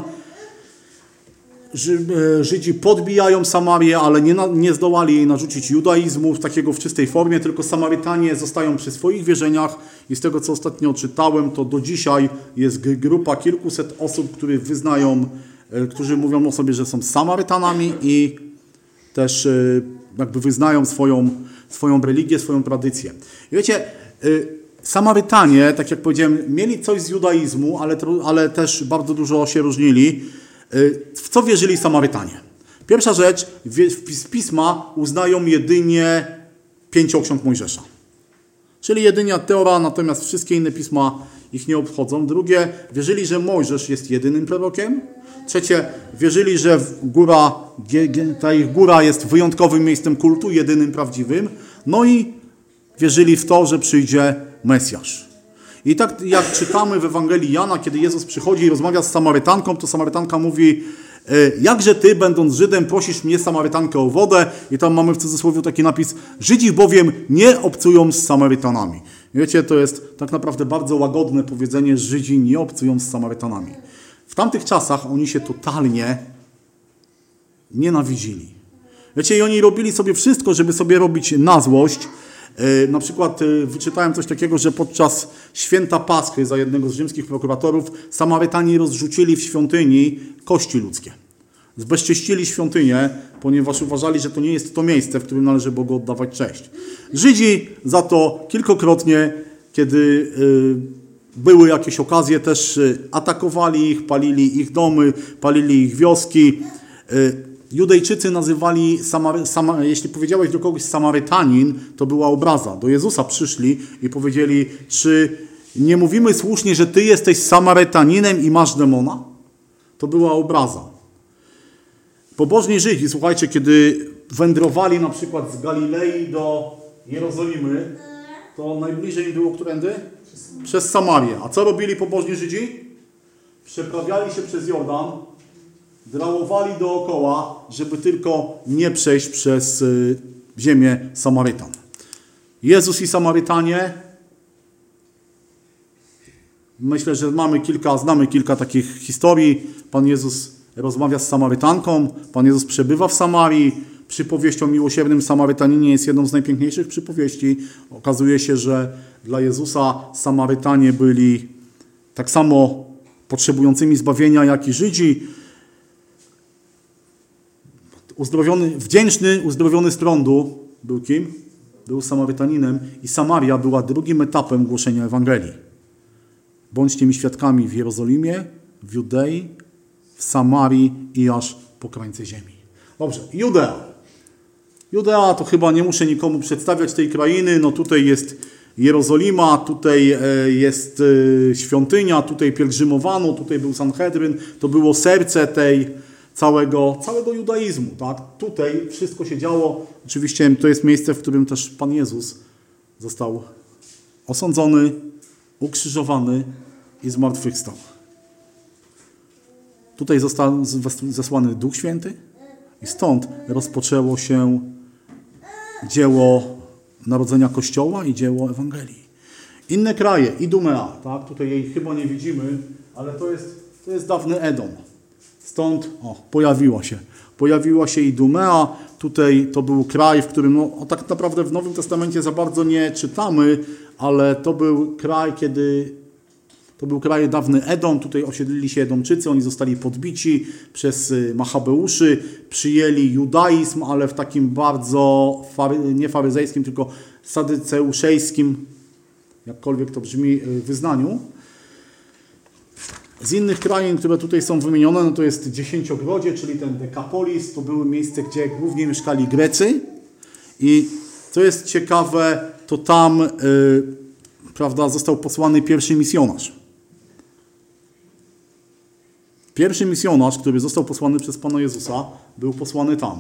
Żydzi podbijają Samarię, ale nie zdołali jej narzucić judaizmu takiego w czystej formie, tylko Samarytanie zostają przy swoich wierzeniach i z tego, co ostatnio czytałem, to do dzisiaj jest grupa kilkuset osób, którzy mówią o sobie, że są Samarytanami i też jakby wyznają swoją religię, swoją tradycję. I wiecie, Samarytanie, tak jak powiedziałem, mieli coś z judaizmu, ale też bardzo dużo się różnili. W co wierzyli Samarytanie? Pierwsza rzecz, z Pisma uznają jedynie 5 ksiąg Mojżesza. Czyli jedynie Teora, natomiast wszystkie inne pisma ich nie obchodzą. Drugie, wierzyli, że Mojżesz jest jedynym prorokiem. Trzecie, wierzyli, że ta ich góra jest wyjątkowym miejscem kultu, jedynym prawdziwym. No i wierzyli w to, że przyjdzie Mesjasz. I tak jak czytamy w Ewangelii Jana, kiedy Jezus przychodzi i rozmawia z Samarytanką, to Samarytanka mówi, jakże ty, będąc Żydem, prosisz mnie, Samarytankę, o wodę? I tam mamy w cudzysłowie taki napis, Żydzi bowiem nie obcują z Samarytanami. Wiecie, to jest tak naprawdę bardzo łagodne powiedzenie, Żydzi nie obcują z Samarytanami. W tamtych czasach oni się totalnie nienawidzili. Wiecie, i oni robili sobie wszystko, żeby sobie robić na złość. Na przykład wyczytałem coś takiego, że podczas święta Paschy za jednego z rzymskich prokuratorów Samarytanie rozrzucili w świątyni kości ludzkie. Zbezcześcili świątynię, ponieważ uważali, że to nie jest to miejsce, w którym należy Bogu oddawać cześć. Żydzi za to kilkakrotnie, kiedy były jakieś okazje, też atakowali ich, palili ich domy, palili ich wioski. Judejczycy nazywali, jeśli powiedziałeś do kogoś Samarytanin, to była obraza. Do Jezusa przyszli i powiedzieli, czy nie mówimy słusznie, że ty jesteś Samarytaninem i masz demona? To była obraza. Pobożni Żydzi, słuchajcie, kiedy wędrowali na przykład z Galilei do Jerozolimy, to najbliżej im było którędy? Przez Samarię. A co robili pobożni Żydzi? Przeprawiali się przez Jordan, drałowali dookoła, żeby tylko nie przejść przez ziemię Samarytan. Jezus i Samarytanie, myślę, że znamy kilka takich historii. Pan Jezus rozmawia z Samarytanką, Pan Jezus przebywa w Samarii. Przypowieść o miłosiernym Samarytaninie jest jedną z najpiękniejszych przypowieści. Okazuje się, że dla Jezusa Samarytanie byli tak samo potrzebującymi zbawienia, jak i Żydzi. Wdzięczny, uzdrowiony z trądu był kim? Był Samarytaninem i Samaria była drugim etapem głoszenia Ewangelii. Bądźcie mi świadkami w Jerozolimie, w Judei, w Samarii i aż po krańce ziemi. Dobrze, Judea. Judea to chyba nie muszę nikomu przedstawiać tej krainy. No tutaj jest Jerozolima, tutaj jest świątynia, tutaj pielgrzymowano, tutaj był Sanhedryn, to było serce tej całego judaizmu. Tak? Tutaj wszystko się działo. Oczywiście to jest miejsce, w którym też Pan Jezus został osądzony, ukrzyżowany i zmartwychwstał. Tutaj został zesłany Duch Święty i stąd rozpoczęło się dzieło narodzenia Kościoła i dzieło Ewangelii. Inne kraje, Idumea, tak? Tutaj jej chyba nie widzimy, ale to jest dawny Edom. Stąd pojawiła się Idumea. Tutaj to był kraj, w którym tak naprawdę w Nowym Testamencie za bardzo nie czytamy, ale to był kraj dawny Edom. Tutaj osiedlili się Edomczycy, oni zostali podbici przez Machabeuszy, przyjęli judaizm, ale w takim bardzo nie faryzejskim, tylko sadyceuszejskim, jakkolwiek to brzmi, wyznaniu. Z innych krain, które tutaj są wymienione, no to jest Dziesięciogrodzie, czyli ten Dekapolis. To było miejsce, gdzie głównie mieszkali Grecy. I co jest ciekawe, to tam prawda, został posłany pierwszy misjonarz. Pierwszy misjonarz, który został posłany przez Pana Jezusa, był posłany tam.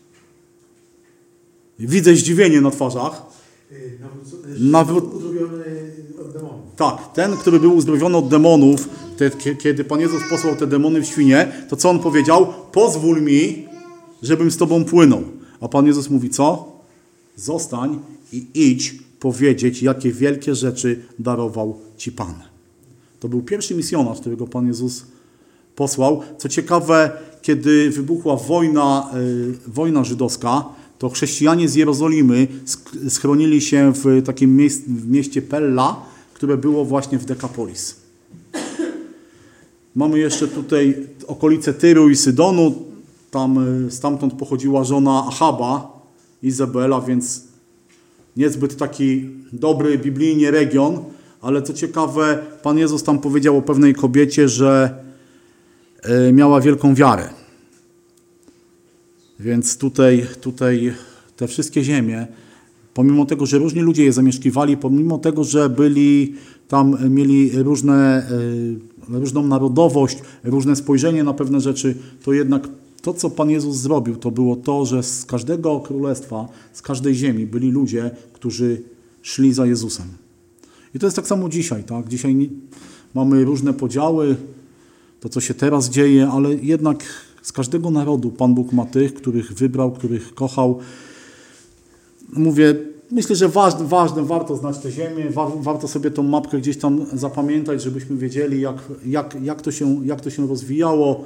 Widzę zdziwienie na twarzach. Uzdrowiony od demonów. Tak, ten, który był uzdrowiony od demonów, kiedy Pan Jezus posłał te demony w świnie, to co on powiedział? Pozwól mi, żebym z Tobą płynął. A Pan Jezus mówi co? Zostań i idź powiedzieć, jakie wielkie rzeczy darował Ci Pan. To był pierwszy misjonarz, którego Pan Jezus posłał. Co ciekawe, kiedy wybuchła wojna żydowska, to chrześcijanie z Jerozolimy schronili się w takim mieście Pella, które było właśnie w Dekapolis. Mamy jeszcze tutaj okolice Tyru i Sydonu. Stamtąd pochodziła żona Achaba, Izabela, więc niezbyt taki dobry biblijnie region, ale co ciekawe, Pan Jezus tam powiedział o pewnej kobiecie, że miała wielką wiarę. Więc tutaj te wszystkie ziemie, pomimo tego, że różni ludzie je zamieszkiwali, pomimo tego, że mieli różną narodowość, różne spojrzenie na pewne rzeczy, to jednak to, co Pan Jezus zrobił, to było to, że z każdego królestwa, z każdej ziemi byli ludzie, którzy szli za Jezusem. I to jest tak samo dzisiaj, tak? Dzisiaj mamy różne podziały, to, co się teraz dzieje, ale jednak z każdego narodu Pan Bóg ma tych, których wybrał, których kochał. Mówię, myślę, że ważne, warto znać tę ziemię, warto sobie tą mapkę gdzieś tam zapamiętać, żebyśmy wiedzieli, jak to się rozwijało,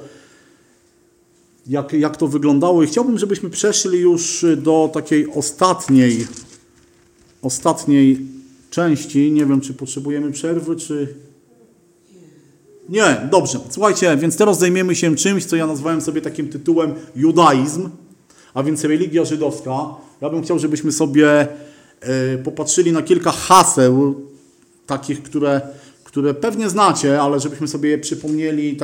jak to wyglądało. I chciałbym, żebyśmy przeszli już do takiej ostatniej części. Nie wiem, czy potrzebujemy przerwy, czy... Nie, dobrze. Słuchajcie, więc teraz zajmiemy się czymś, co ja nazwałem sobie takim tytułem judaizm, a więc religia żydowska. Ja bym chciał, żebyśmy sobie popatrzyli na kilka haseł, takich, które pewnie znacie, ale żebyśmy sobie je przypomnieli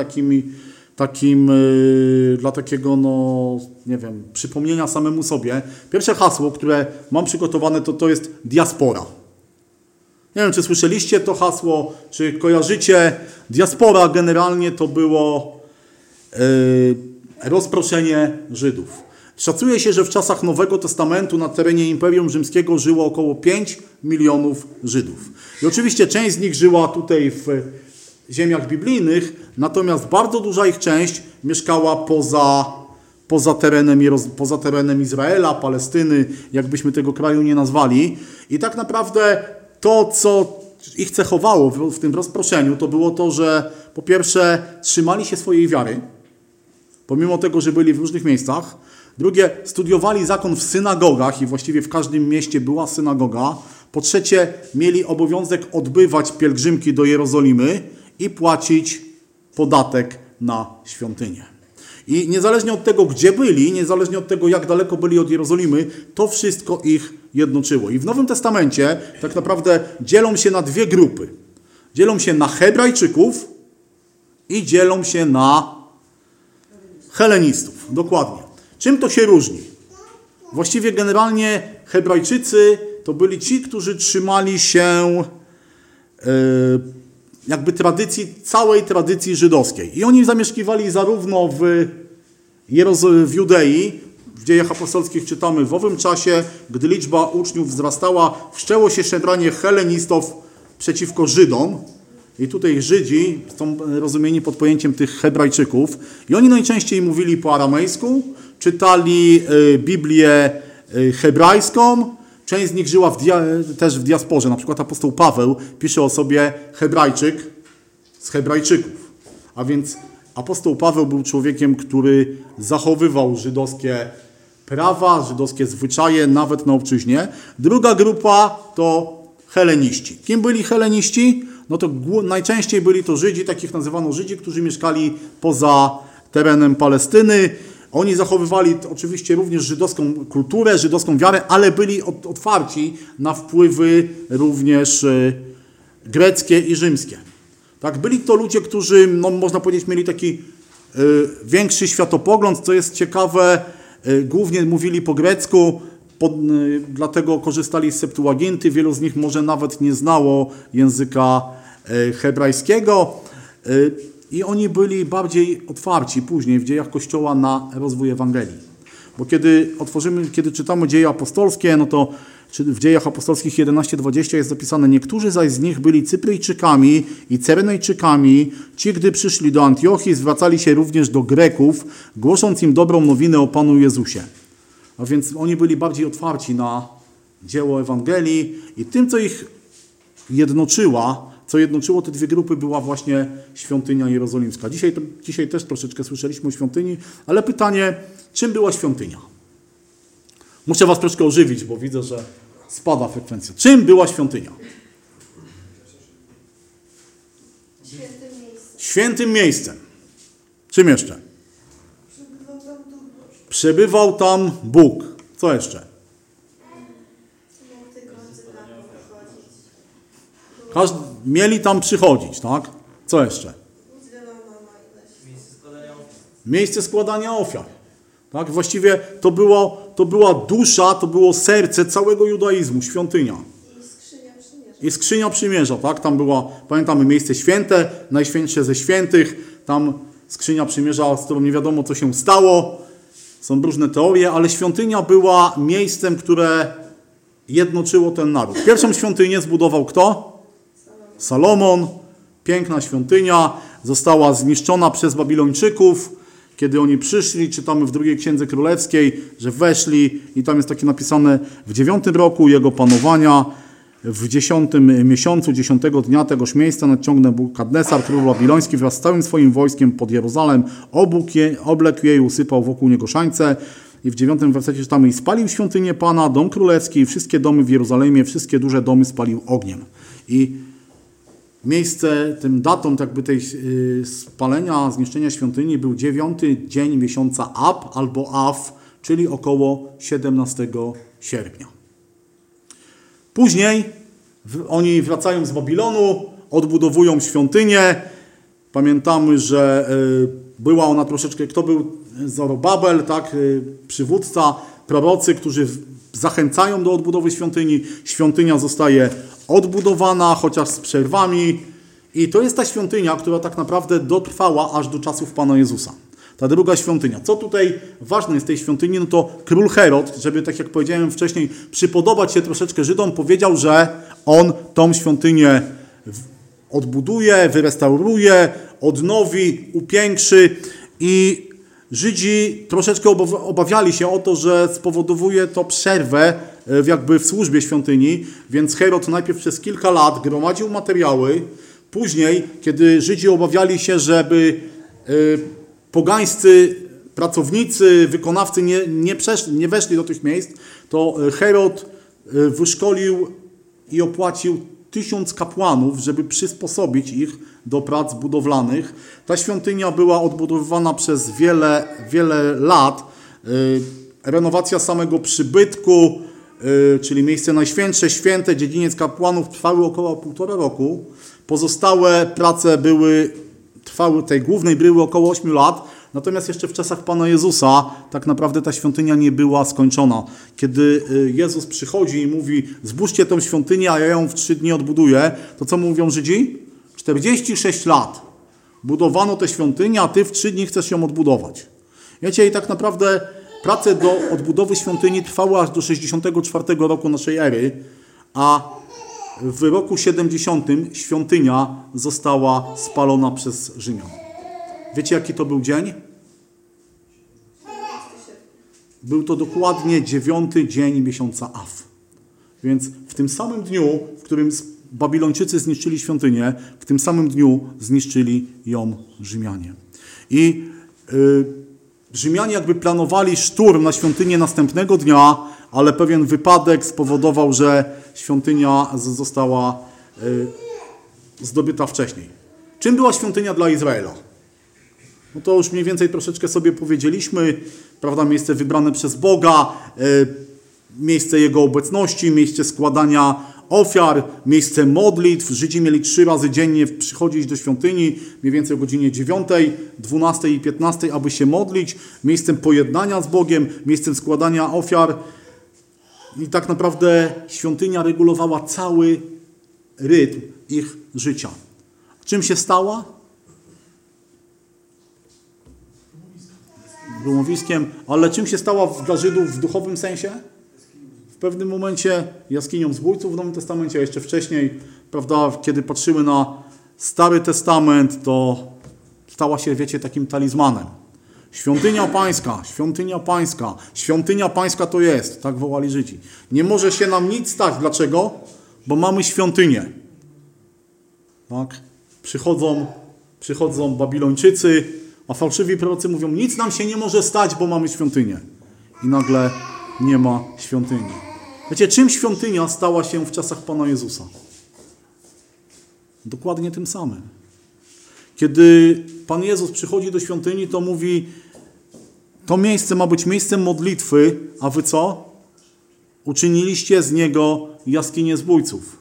dla takiego, no nie wiem, przypomnienia samemu sobie. Pierwsze hasło, które mam przygotowane, to jest diaspora. Nie wiem, czy słyszeliście to hasło, czy kojarzycie. Diaspora generalnie to było rozproszenie Żydów. Szacuje się, że w czasach Nowego Testamentu na terenie Imperium Rzymskiego żyło około 5 milionów Żydów. I oczywiście część z nich żyła tutaj w ziemiach biblijnych, natomiast bardzo duża ich część mieszkała poza terenem Izraela, Palestyny, jakbyśmy tego kraju nie nazwali. I tak naprawdę to, co ich cechowało w tym rozproszeniu, to było to, że po pierwsze trzymali się swojej wiary, pomimo tego, że byli w różnych miejscach. Drugie, studiowali zakon w synagogach i właściwie w każdym mieście była synagoga. Po trzecie, mieli obowiązek odbywać pielgrzymki do Jerozolimy i płacić podatek na świątynię. I niezależnie od tego, gdzie byli, niezależnie od tego, jak daleko byli od Jerozolimy, to wszystko ich jednoczyło. I w Nowym Testamencie tak naprawdę dzielą się na dwie grupy. Dzielą się na Hebrajczyków i dzielą się na Helenistów. Dokładnie. Czym to się różni? Właściwie generalnie Hebrajczycy to byli ci, którzy trzymali się jakby całej tradycji żydowskiej. I oni zamieszkiwali zarówno w Judei, w Dziejach Apostolskich czytamy, w owym czasie, gdy liczba uczniów wzrastała, wszczęło się szemranie helenistów przeciwko Żydom. I tutaj Żydzi są rozumieni pod pojęciem tych Hebrajczyków. I oni najczęściej mówili po aramejsku, czytali Biblię hebrajską. Część z nich żyła też w diasporze. Na przykład apostoł Paweł pisze o sobie Hebrajczyk z Hebrajczyków. A więc apostoł Paweł był człowiekiem, który zachowywał żydowskie prawa, żydowskie zwyczaje, nawet na obczyźnie. Druga grupa to heleniści. Kim byli heleniści? No to najczęściej byli to Żydzi, takich nazywano Żydzi, którzy mieszkali poza terenem Palestyny. Oni zachowywali oczywiście również żydowską kulturę, żydowską wiarę, ale byli otwarci na wpływy również greckie i rzymskie. Tak, byli to ludzie, którzy, no, można powiedzieć, mieli taki większy światopogląd, co jest ciekawe, głównie mówili po grecku, dlatego korzystali z Septuaginty. Wielu z nich może nawet nie znało języka hebrajskiego i oni byli bardziej otwarci później w dziejach Kościoła na rozwój Ewangelii. Bo kiedy czytamy dzieje apostolskie, no to w dziejach apostolskich 11:20 jest zapisane: niektórzy zaś z nich byli Cypryjczykami i Cyrenejczykami. Ci, gdy przyszli do Antiochii, zwracali się również do Greków, głosząc im dobrą nowinę o Panu Jezusie. A więc oni byli bardziej otwarci na dzieło Ewangelii i tym, co ich jednoczyło te dwie grupy, była właśnie świątynia jerozolimska. Dzisiaj też troszeczkę słyszeliśmy o świątyni, ale pytanie, czym była świątynia? Muszę was troszkę ożywić, bo widzę, że spada frekwencja. Czym była świątynia? Świętym miejscem. Świętym miejscem. Czym jeszcze? Przebywał tam Bóg. Co jeszcze? Mógł tylko przychodzić. Mieli tam przychodzić, tak? Co jeszcze? Miejsce składania ofiar. Tak? Właściwie to była dusza, to było serce całego judaizmu, świątynia. I skrzynia przymierza, tak? Tam była, pamiętamy, miejsce święte, najświętsze ze świętych. Tam skrzynia przymierza, z którą nie wiadomo, co się stało. Są różne teorie, ale świątynia była miejscem, które jednoczyło ten naród. Pierwszą świątynię zbudował kto? Salomon. Piękna świątynia. Została zniszczona przez Babilończyków. Kiedy oni przyszli, czytamy w drugiej Księdze Królewskiej, że weszli i tam jest takie napisane: w 9 roku jego panowania, w 10 miesiącu, 10 dnia tegoż miejsca nadciągnął Nebukadnesar, król babiloński, wraz z całym swoim wojskiem pod Jeruzalem, oblekł jej, usypał wokół niego szańce. I w 9 wersecie czytamy: i spalił świątynię Pana, dom królewski i wszystkie domy w Jerozolimie, wszystkie duże domy spalił ogniem. I miejsce, tym datą jakby tej spalenia, zniszczenia świątyni był 9 dzień miesiąca Ab albo Av, czyli około 17 sierpnia. Później oni wracają z Babilonu, odbudowują świątynię. Pamiętamy, że była ona troszeczkę, kto był Zorobabel, tak, przywódca, prorocy, którzy zachęcają do odbudowy świątyni. Świątynia zostaje odbudowana, chociaż z przerwami. I to jest ta świątynia, która tak naprawdę dotrwała aż do czasów Pana Jezusa. Ta druga świątynia. Co tutaj ważne jest w tej świątyni, no to król Herod, żeby, tak jak powiedziałem wcześniej, przypodobać się troszeczkę Żydom, powiedział, że on tą świątynię odbuduje, wyrestauruje, odnowi, upiększy i Żydzi troszeczkę obawiali się o to, że spowoduje to przerwę jakby w służbie świątyni, więc Herod najpierw przez kilka lat gromadził materiały. Później, kiedy Żydzi obawiali się, żeby pogańscy pracownicy, wykonawcy nie weszli do tych miejsc, to Herod wyszkolił i opłacił 1000 kapłanów, żeby przysposobić ich do prac budowlanych. Ta świątynia była odbudowywana przez wiele lat. Renowacja samego przybytku, czyli miejsce najświętsze, święte, dziedziniec kapłanów, trwały około 1,5 roku. Pozostałe prace trwały, tej głównej były około 8 lat. Natomiast jeszcze w czasach Pana Jezusa tak naprawdę ta świątynia nie była skończona. Kiedy Jezus przychodzi i mówi, zbóżcie tę świątynię, a ja ją w 3 dni odbuduję, to co mówią Żydzi? 46 lat budowano tę świątynię, a ty w 3 dni chcesz ją odbudować. Wiecie, i tak naprawdę prace do odbudowy świątyni trwały aż do 64 roku naszej ery, a w roku 70 świątynia została spalona przez Rzymian. Wiecie, jaki to był dzień? Był to dokładnie 9 dzień miesiąca Av. Więc w tym samym dniu, w którym Babilończycy zniszczyli świątynię, w tym samym dniu zniszczyli ją Rzymianie. I Rzymianie jakby planowali szturm na świątynię następnego dnia, ale pewien wypadek spowodował, że świątynia została zdobyta wcześniej. Czym była świątynia dla Izraela? No to już mniej więcej troszeczkę sobie powiedzieliśmy, prawda, miejsce wybrane przez Boga, miejsce Jego obecności, miejsce składania ofiar, miejsce modlitw. Żydzi mieli 3 razy dziennie przychodzić do świątyni, mniej więcej o godzinie 9, 12 i 15, aby się modlić. Miejscem pojednania z Bogiem, miejscem składania ofiar. I tak naprawdę świątynia regulowała cały rytm ich życia. Czym się stała? Gromowiskiem. Ale czym się stała dla Żydów w duchowym sensie? W pewnym momencie jaskinią zbójców w Nowym Testamencie, a jeszcze wcześniej, prawda, kiedy patrzyły na Stary Testament, to stała się, wiecie, takim talizmanem. Świątynia Pańska, świątynia Pańska, świątynia Pańska to jest, tak wołali Żydzi. Nie może się nam nic stać. Dlaczego? Bo mamy świątynię. Tak? Przychodzą Babilończycy, a fałszywi prorocy mówią, nic nam się nie może stać, bo mamy świątynię. I nagle nie ma świątyni. Wiecie, czym świątynia stała się w czasach Pana Jezusa? Dokładnie tym samym. Kiedy Pan Jezus przychodzi do świątyni, to mówi, to miejsce ma być miejscem modlitwy, a wy co? Uczyniliście z niego jaskinię zbójców.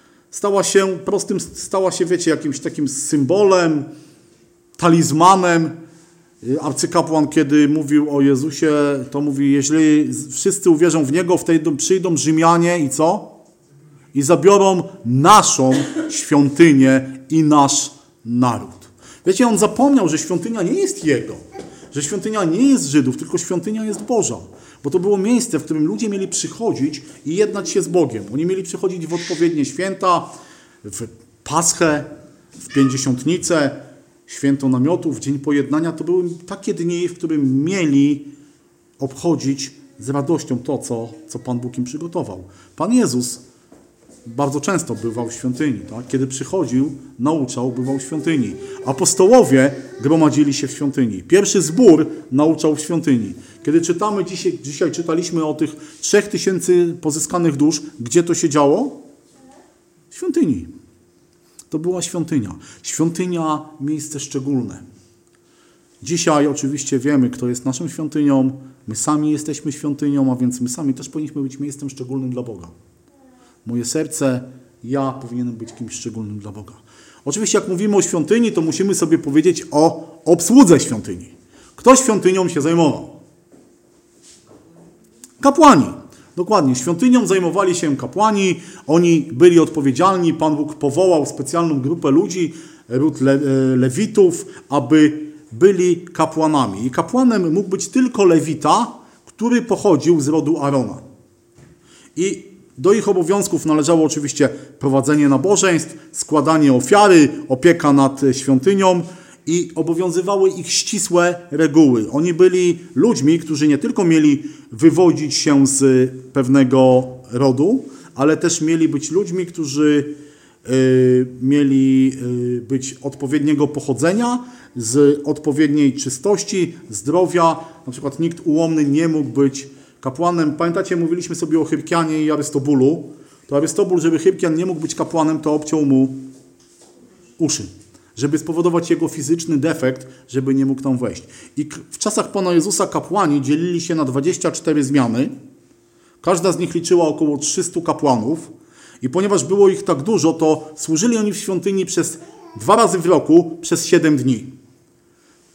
Stała się, wiecie, jakimś takim symbolem, talizmanem. Arcykapłan, kiedy mówił o Jezusie, to mówi, jeżeli wszyscy uwierzą w Niego, wtedy przyjdą Rzymianie i co? I zabiorą naszą świątynię i nasz naród. Wiecie, on zapomniał, że świątynia nie jest Jego, że świątynia nie jest Żydów, tylko świątynia jest Boża. Bo to było miejsce, w którym ludzie mieli przychodzić i jednać się z Bogiem. Oni mieli przychodzić w odpowiednie święta, w Paschę, w Pięćdziesiątnicę, Święto Namiotów, Dzień Pojednania. To były takie dni, w którym mieli obchodzić z radością to, co Pan Bóg im przygotował. Pan Jezus bardzo często bywał w świątyni. Tak? Kiedy przychodził, nauczał, bywał w świątyni. Apostołowie gromadzili się w świątyni. Pierwszy zbór nauczał w świątyni. Kiedy czytamy, dzisiaj czytaliśmy o tych 3000 pozyskanych dusz, gdzie to się działo? W świątyni. To była świątynia. Świątynia, miejsce szczególne. Dzisiaj oczywiście wiemy, kto jest naszą świątynią. My sami jesteśmy świątynią, a więc my sami też powinniśmy być miejscem szczególnym dla Boga. Moje serce, ja powinienem być kimś szczególnym dla Boga. Oczywiście jak mówimy o świątyni, to musimy sobie powiedzieć o obsłudze świątyni. Kto świątynią się zajmował? Kapłani. Dokładnie. Świątynią zajmowali się kapłani. Oni byli odpowiedzialni. Pan Bóg powołał specjalną grupę ludzi, ród lewitów, aby byli kapłanami. I kapłanem mógł być tylko lewita, który pochodził z rodu Arona. I do ich obowiązków należało oczywiście prowadzenie nabożeństw, składanie ofiary, opieka nad świątynią i obowiązywały ich ścisłe reguły. Oni byli ludźmi, którzy nie tylko mieli wywodzić się z pewnego rodu, ale też mieli być ludźmi, którzy mieli być odpowiedniego pochodzenia, z odpowiedniej czystości, zdrowia. Na przykład nikt ułomny nie mógł być kapłanem. Pamiętacie, mówiliśmy sobie o Hyrkianie i Arystobulu. To Arystobul, żeby Hyrkian nie mógł być kapłanem, to obciął mu uszy, żeby spowodować jego fizyczny defekt, żeby nie mógł tam wejść. I w czasach Pana Jezusa kapłani dzielili się na 24 zmiany. Każda z nich liczyła około 300 kapłanów. I ponieważ było ich tak dużo, to służyli oni w świątyni przez 2 razy w roku, przez 7 dni.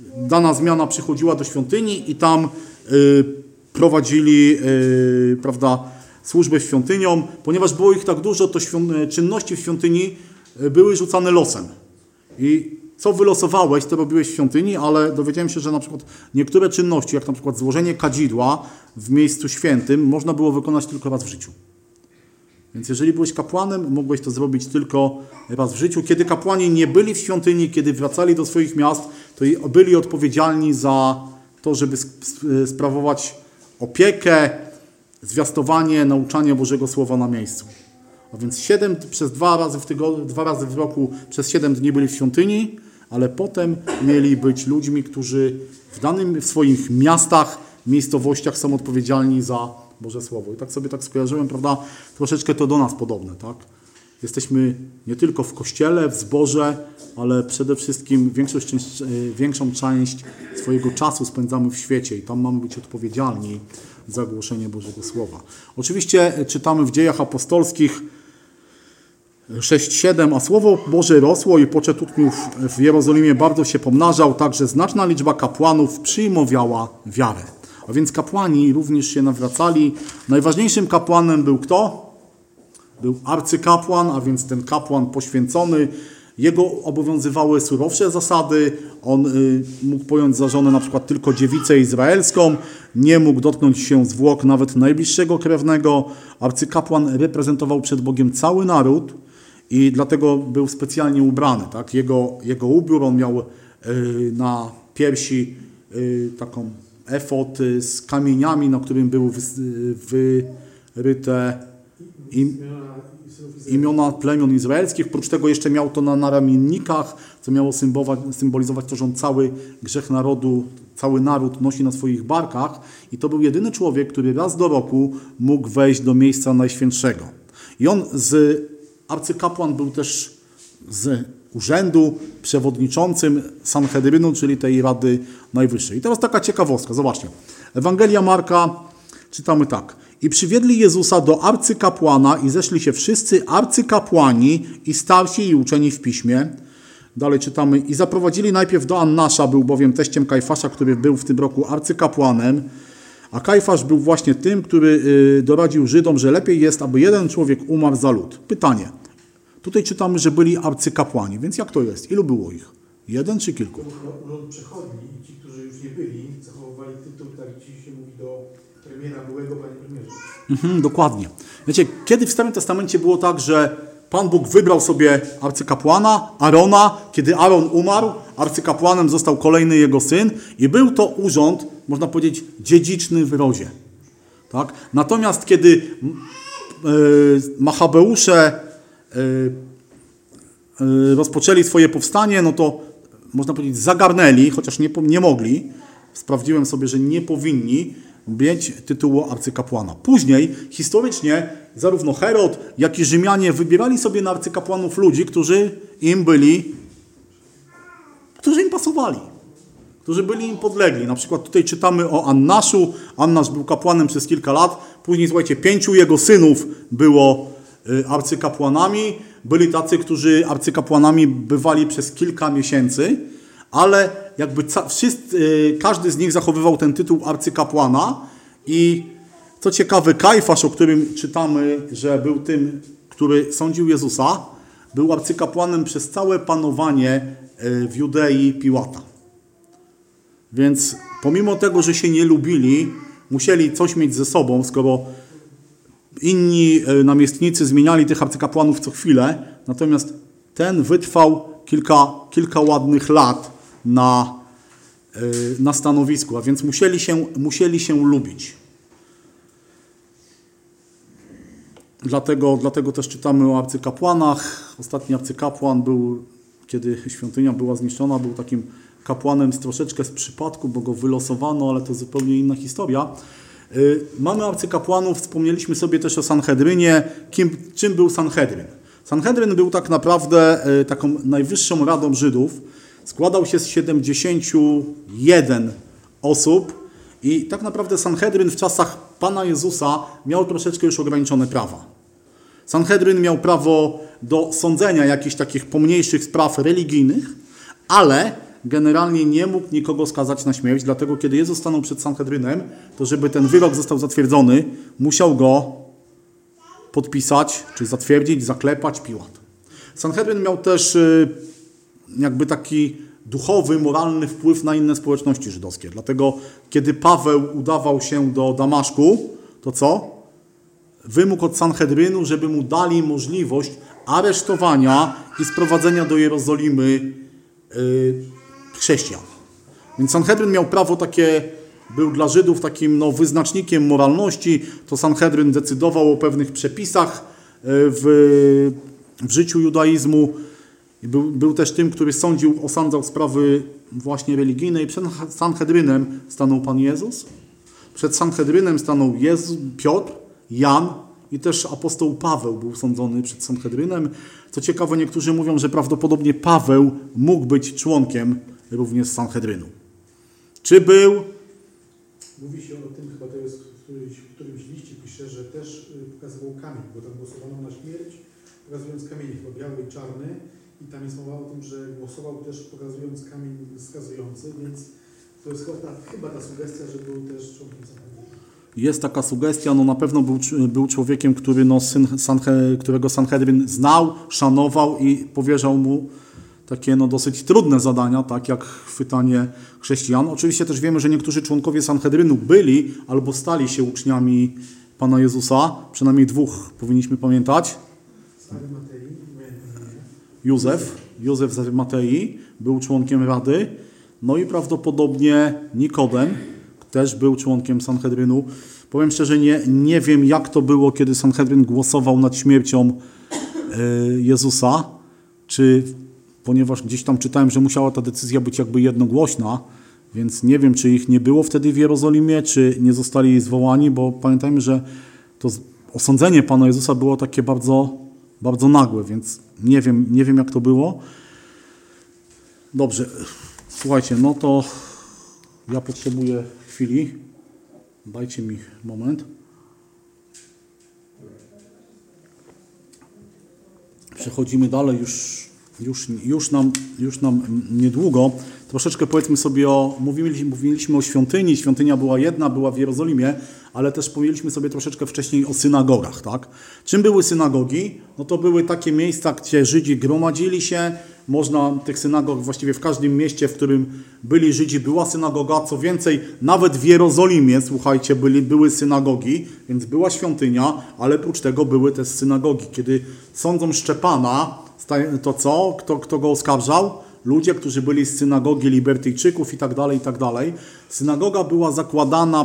dana zmiana przychodziła do świątyni i tam prowadzili, prawda, służbę świątynią. Ponieważ było ich tak dużo, to czynności w świątyni były rzucane losem. I co wylosowałeś, to robiłeś w świątyni, ale dowiedziałem się, że na przykład niektóre czynności, jak na przykład złożenie kadzidła w miejscu świętym, można było wykonać tylko raz w życiu. Więc jeżeli byłeś kapłanem, mogłeś to zrobić tylko raz w życiu. Kiedy kapłani nie byli w świątyni, kiedy wracali do swoich miast, to byli odpowiedzialni za to, żeby sprawować opiekę, zwiastowanie, nauczanie Bożego Słowa na miejscu. A więc przez 2 razy w roku przez 7 dni byli w świątyni, ale potem mieli być ludźmi, którzy w swoich miastach, miejscowościach są odpowiedzialni za Boże Słowo. I tak sobie skojarzyłem, prawda? Troszeczkę to do nas podobne, tak? Jesteśmy nie tylko w kościele, w zborze, ale przede wszystkim większą część swojego czasu spędzamy w świecie i tam mamy być odpowiedzialni za głoszenie Bożego Słowa. Oczywiście czytamy w Dziejach Apostolskich 6-7, a Słowo Boże rosło i poczet uczniów w Jerozolimie bardzo się pomnażał, także znaczna liczba kapłanów przyjmowała wiarę. A więc kapłani również się nawracali. Najważniejszym kapłanem był kto? Był arcykapłan, a więc ten kapłan poświęcony. Jego obowiązywały surowsze zasady. On mógł pojąć za żonę na przykład tylko dziewicę izraelską. Nie mógł dotknąć się zwłok nawet najbliższego krewnego. Arcykapłan reprezentował przed Bogiem cały naród i dlatego był specjalnie ubrany. Tak? Jego ubiór, on miał na piersi taką efod z kamieniami, na którym były wyryte imiona plemion izraelskich. Oprócz tego jeszcze miał to na naramiennikach, co miało symbolizować to, że on cały grzech narodu, cały naród nosi na swoich barkach. I to był jedyny człowiek, który raz do roku mógł wejść do miejsca najświętszego. I on arcykapłan był też z urzędu przewodniczącym Sanhedrynu, czyli tej Rady Najwyższej. I teraz taka ciekawostka, zobaczcie. Ewangelia Marka, czytamy tak. I przywiedli Jezusa do arcykapłana i zeszli się wszyscy arcykapłani i starsi i uczeni w piśmie. Dalej czytamy. I zaprowadzili najpierw do Annasza, był bowiem teściem Kajfasza, który był w tym roku arcykapłanem. A Kajfasz był właśnie tym, który doradził Żydom, że lepiej jest, aby jeden człowiek umarł za lud. Pytanie. Tutaj czytamy, że byli arcykapłani, więc jak to jest? Ilu było ich? Jeden czy kilku? Lud przechodni i ci, którzy już nie byli, zachowywali tytuł, tak dziś się mówi do premiera, byłego panie premierze. Dokładnie. Wiecie, kiedy w Starym Testamencie było tak, że Pan Bóg wybrał sobie arcykapłana, Arona, kiedy Aaron umarł, arcykapłanem został kolejny jego syn i był to urząd, można powiedzieć, dziedziczny w rodzie. Tak? Natomiast kiedy Machabeusze rozpoczęli swoje powstanie, no to można powiedzieć zagarnęli, chociaż nie mogli. Sprawdziłem sobie, że nie powinni mieć tytułu arcykapłana. Później, historycznie, zarówno Herod, jak i Rzymianie wybierali sobie na arcykapłanów ludzi, którzy im pasowali, którzy byli im podlegli. Na przykład tutaj czytamy o Annaszu. Annasz był kapłanem przez kilka lat. Później, słuchajcie, 5 jego synów było arcykapłanami. Byli tacy, którzy arcykapłanami bywali przez kilka miesięcy, ale jakby każdy z nich zachowywał ten tytuł arcykapłana i co ciekawe, Kajfasz, o którym czytamy, że był tym, który sądził Jezusa, był arcykapłanem przez całe panowanie w Judei Piłata. Więc pomimo tego, że się nie lubili, musieli coś mieć ze sobą, skoro inni namiestnicy zmieniali tych arcykapłanów co chwilę, natomiast ten wytrwał kilka ładnych lat na stanowisku, a więc musieli się lubić. Dlatego też czytamy o arcykapłanach. Ostatni arcykapłan był, kiedy świątynia była zniszczona, był takim kapłanem troszeczkę z przypadku, bo go wylosowano, ale to zupełnie inna historia. Mamy arcykapłanów, wspomnieliśmy sobie też o Sanhedrynie. Czym był Sanhedryn? Sanhedryn był tak naprawdę taką najwyższą radą Żydów. Składał się z 71 osób i tak naprawdę Sanhedryn w czasach Pana Jezusa miał troszeczkę już ograniczone prawa. Sanhedryn miał prawo do sądzenia jakichś takich pomniejszych spraw religijnych, ale generalnie nie mógł nikogo skazać na śmierć, dlatego kiedy Jezus stanął przed Sanhedrynem, to żeby ten wyrok został zatwierdzony, musiał go podpisać, czy zatwierdzić, zaklepać Piłat. Sanhedryn miał też jakby taki duchowy, moralny wpływ na inne społeczności żydowskie. Dlatego kiedy Paweł udawał się do Damaszku, to co? Wymógł od Sanhedrynu, żeby mu dali możliwość aresztowania i sprowadzenia do Jerozolimy chrześcijan. Więc Sanhedryn miał prawo takie, był dla Żydów takim wyznacznikiem moralności. To Sanhedryn decydował o pewnych przepisach w życiu judaizmu. Był też tym, który sądził, osądzał sprawy właśnie religijne i przed Sanhedrynem stanął Pan Jezus. Przed Sanhedrynem stanął Piotr, Jan i też apostoł Paweł był sądzony przed Sanhedrynem. Co ciekawe, niektórzy mówią, że prawdopodobnie Paweł mógł być członkiem również Sanhedrynu. Czy był? Mówi się o tym, chyba to jest w którymś liście pisze, że też pokazywał kamień, bo tam głosowano na śmierć, pokazując kamienie, chyba biały i czarny. I tam jest mowa o tym, że głosował też pokazując kamień skazujący, więc to jest chyba ta sugestia, że był też członkiem Sanhedrynu. Jest taka sugestia, na pewno był człowiekiem, którego Sanhedryn znał, szanował i powierzał mu takie dosyć trudne zadania, tak jak chwytanie chrześcijan. Oczywiście też wiemy, że niektórzy członkowie Sanhedrynu byli albo stali się uczniami Pana Jezusa, przynajmniej dwóch powinniśmy pamiętać. Józef z Arymatei był członkiem Rady, i prawdopodobnie Nikodem też był członkiem Sanhedrynu. Powiem szczerze, nie wiem jak to było, kiedy Sanhedryn głosował nad śmiercią Jezusa, ponieważ gdzieś tam czytałem, że musiała ta decyzja być jakby jednogłośna, więc nie wiem, czy ich nie było wtedy w Jerozolimie, czy nie zostali zwołani, bo pamiętajmy, że to osądzenie Pana Jezusa było takie bardzo, bardzo nagłe, więc nie wiem jak to było. Dobrze, słuchajcie, to ja potrzebuję chwili. Dajcie mi moment. Przechodzimy dalej, już nam niedługo. Troszeczkę powiedzmy sobie mówiliśmy o świątyni. Świątynia była jedna, była w Jerozolimie, ale też powiedzieliśmy sobie troszeczkę wcześniej o synagogach, tak? Czym były synagogi? To były takie miejsca, gdzie Żydzi gromadzili się. Można tych synagog właściwie w każdym mieście, w którym byli Żydzi, była synagoga. Co więcej, nawet w Jerozolimie, słuchajcie, były synagogi, więc była świątynia, ale oprócz tego były też synagogi. Kiedy sądzą Szczepana, to co? Kto go oskarżał? Ludzie, którzy byli z synagogi Libertyjczyków i tak dalej. Synagoga była zakładana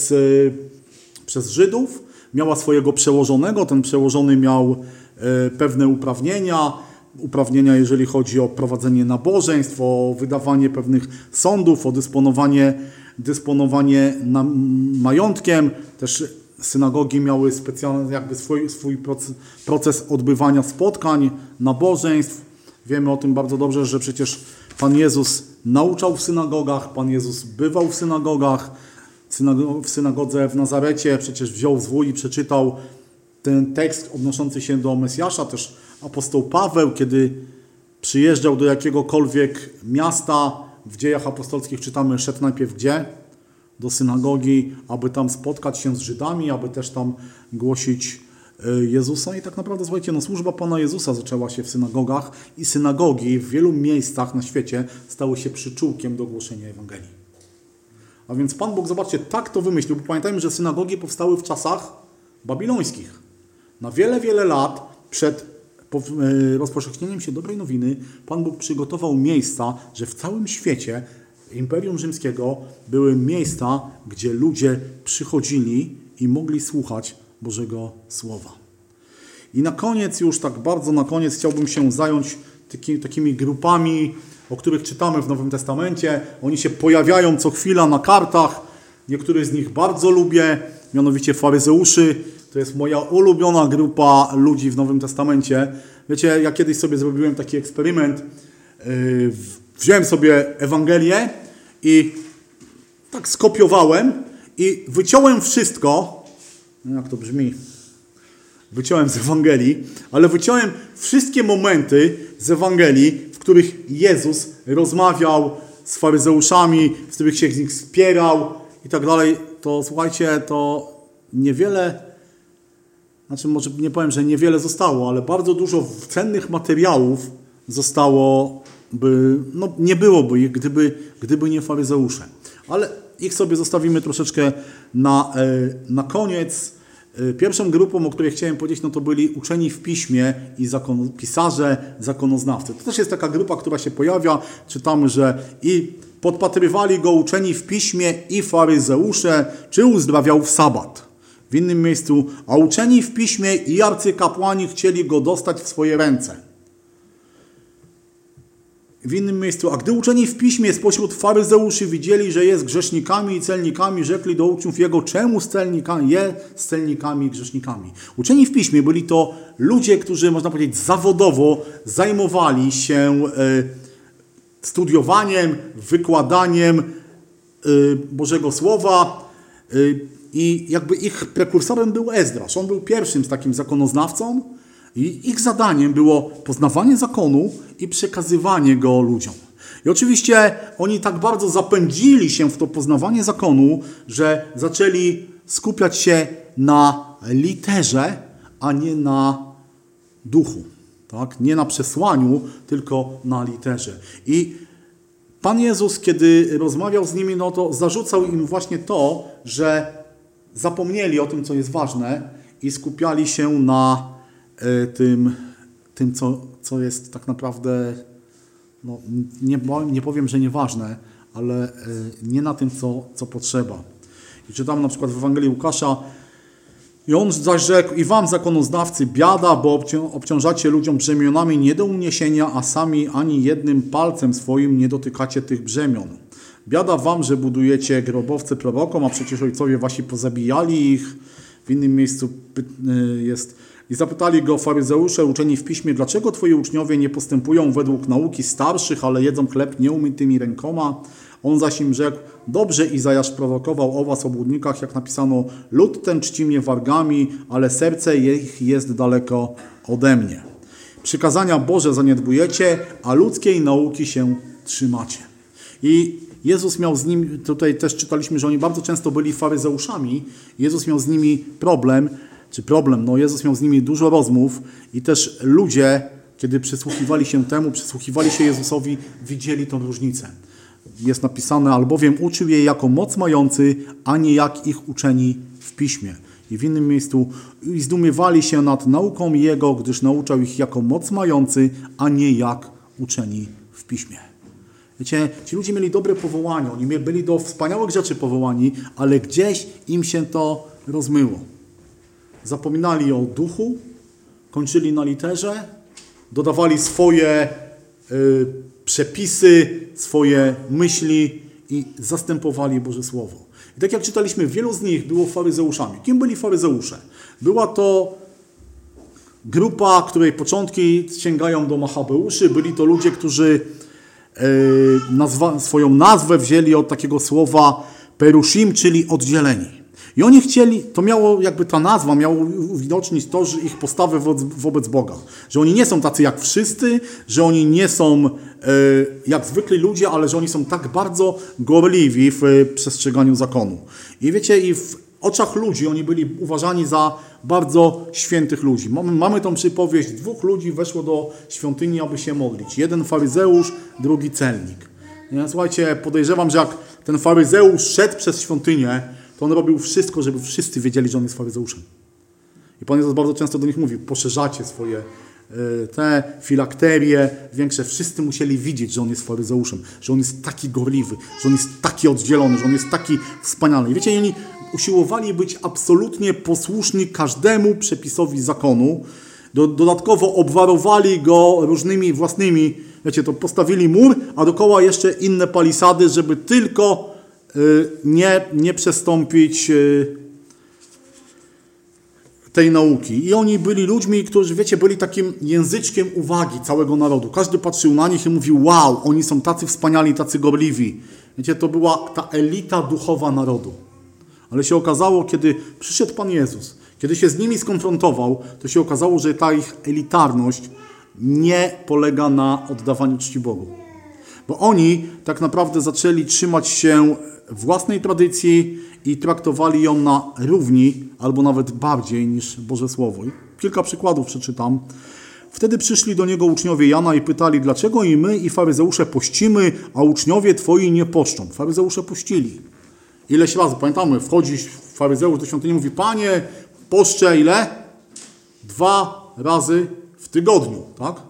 przez Żydów, miała swojego przełożonego, ten przełożony miał pewne uprawnienia, jeżeli chodzi o prowadzenie nabożeństw, o wydawanie pewnych sądów, o dysponowanie majątkiem. Też synagogi miały specjalny jakby swój proces odbywania spotkań, nabożeństw. Wiemy o tym bardzo dobrze, że przecież Pan Jezus nauczał w synagogach, Pan Jezus bywał w synagogach, w synagodze w Nazarecie, przecież wziął zwój i przeczytał ten tekst odnoszący się do Mesjasza. Też apostoł Paweł, kiedy przyjeżdżał do jakiegokolwiek miasta, w Dziejach Apostolskich czytamy, szedł najpierw gdzie? Do synagogi, aby tam spotkać się z Żydami, aby też tam głosić Jezusa. I tak naprawdę, słuchajcie, służba Pana Jezusa zaczęła się w synagogach i synagogi w wielu miejscach na świecie stały się przyczółkiem do głoszenia Ewangelii. A więc Pan Bóg, zobaczcie, tak to wymyślił, bo pamiętajmy, że synagogi powstały w czasach babilońskich. Na wiele, wiele lat przed rozpowszechnieniem się dobrej nowiny Pan Bóg przygotował miejsca, że w całym świecie Imperium Rzymskiego były miejsca, gdzie ludzie przychodzili i mogli słuchać Bożego Słowa. I na koniec, już tak bardzo na koniec, chciałbym się zająć takimi grupami, o których czytamy w Nowym Testamencie. Oni się pojawiają co chwila na kartach. Niektórych z nich bardzo lubię, mianowicie faryzeuszy. To jest moja ulubiona grupa ludzi w Nowym Testamencie. Wiecie, ja kiedyś sobie zrobiłem taki eksperyment. Wziąłem sobie Ewangelię i tak skopiowałem i wyciąłem wszystko. Jak to brzmi? Wyciąłem z Ewangelii, ale wyciąłem wszystkie momenty z Ewangelii, w których Jezus rozmawiał z faryzeuszami, z których się z nich spierał i tak dalej, to słuchajcie, to niewiele, znaczy może nie powiem, że niewiele zostało, ale bardzo dużo cennych materiałów zostało, nie byłoby ich, gdyby nie faryzeusze. Ale ich sobie zostawimy troszeczkę na koniec. Pierwszą grupą, o której chciałem powiedzieć, to byli uczeni w piśmie i pisarze, zakonoznawcy. To też jest taka grupa, która się pojawia. Czytamy, że i podpatrywali go uczeni w piśmie i faryzeusze, czy uzdrawiał w sabat. W innym miejscu, a uczeni w piśmie i arcykapłani chcieli go dostać w swoje ręce. W innym miejscu, a gdy uczeni w piśmie spośród faryzeuszy widzieli, że jest grzesznikami i celnikami, rzekli do uczniów jego, czemu z celnikami i grzesznikami. Uczeni w piśmie byli to ludzie, którzy, można powiedzieć, zawodowo zajmowali się studiowaniem, wykładaniem Bożego Słowa i jakby ich prekursorem był Ezdrasz. On był pierwszym z takim zakonoznawcą i ich zadaniem było poznawanie zakonu i przekazywanie go ludziom. I oczywiście oni tak bardzo zapędzili się w to poznawanie zakonu, że zaczęli skupiać się na literze, a nie na duchu. Tak? Nie na przesłaniu, tylko na literze. I Pan Jezus, kiedy rozmawiał z nimi, to zarzucał im właśnie to, że zapomnieli o tym, co jest ważne i skupiali się na tym co jest tak naprawdę, nie powiem, że nieważne, ale nie na tym, co potrzeba. I czytam na przykład w Ewangelii Łukasza, i on zaś rzekł, i wam zakonoznawcy biada, bo obciążacie ludziom brzemionami nie do uniesienia, a sami ani jednym palcem swoim nie dotykacie tych brzemion. Biada wam, że budujecie grobowce prorokom, a przecież ojcowie wasi pozabijali ich. W innym miejscu jest: i zapytali go faryzeusze uczeni w piśmie, dlaczego twoi uczniowie nie postępują według nauki starszych, ale jedzą chleb nieumytymi rękoma? On zaś im rzekł, dobrze Izajasz prorokował o was, obłudnikach, jak napisano, lud ten czci mnie wargami, ale serce ich jest daleko ode mnie. Przykazania Boże zaniedbujecie, a ludzkiej nauki się trzymacie. I Jezus miał z nimi, tutaj też czytaliśmy, że oni bardzo często byli faryzeuszami. Jezus miał z nimi Jezus miał z nimi dużo rozmów i też ludzie, kiedy przysłuchiwali się temu, przysłuchiwali się Jezusowi, widzieli tą różnicę. Jest napisane, albowiem uczył je jako moc mający, a nie jak ich uczeni w piśmie. I w innym miejscu i zdumiewali się nad nauką Jego, gdyż nauczał ich jako moc mający, a nie jak uczeni w piśmie. Wiecie, ci ludzie mieli dobre powołanie, oni byli do wspaniałych rzeczy powołani, ale gdzieś im się to rozmyło. Zapominali o duchu, kończyli na literze, dodawali swoje przepisy, swoje myśli i zastępowali Boże Słowo. I tak jak czytaliśmy, wielu z nich było faryzeuszami. Kim byli faryzeusze? Była to grupa, której początki sięgają do Machabeuszy. Byli to ludzie, którzy swoją nazwę wzięli od takiego słowa perushim, czyli oddzieleni. I oni chcieli, to miało jakby ta nazwa miała uwidocznić to, że ich postawę wobec Boga. Że oni nie są tacy jak wszyscy, że oni nie są jak zwykli ludzie, ale że oni są tak bardzo gorliwi w przestrzeganiu zakonu. I wiecie, i w oczach ludzi oni byli uważani za bardzo świętych ludzi. Mamy tą przypowieść, 2 ludzi weszło do świątyni, aby się modlić. Jeden faryzeusz, drugi celnik. Nie? Słuchajcie, podejrzewam, że jak ten faryzeusz szedł przez świątynię, to on robił wszystko, żeby wszyscy wiedzieli, że on jest faryzeuszem. I Pan Jezus bardzo często do nich mówił, poszerzacie swoje te filakterie większe. Wszyscy musieli widzieć, że on jest faryzeuszem, że on jest taki gorliwy, że on jest taki oddzielony, że on jest taki wspaniały. I wiecie, oni usiłowali być absolutnie posłuszni każdemu przepisowi zakonu. Dodatkowo obwarowali go różnymi własnymi, wiecie, to postawili mur, a dookoła jeszcze inne palisady, żeby tylko nie przestąpić tej nauki. I oni byli ludźmi, którzy, wiecie, byli takim języczkiem uwagi całego narodu. Każdy patrzył na nich i mówił, wow, oni są tacy wspaniali, tacy gorliwi. Wiecie, to była ta elita duchowa narodu. Ale się okazało, kiedy przyszedł Pan Jezus, kiedy się z nimi skonfrontował, to się okazało, że ta ich elitarność nie polega na oddawaniu czci Bogu. Bo oni tak naprawdę zaczęli trzymać się własnej tradycji i traktowali ją na równi, albo nawet bardziej niż Boże Słowo. I kilka przykładów przeczytam. Wtedy przyszli do niego uczniowie Jana i pytali, dlaczego i my i faryzeusze pościmy, a uczniowie twoi nie poszczą. Faryzeusze pościli. Ileś razy, pamiętamy, wchodzi faryzeusz do świątyni i mówi, Panie, poszczę ile? 2 razy w tygodniu, tak?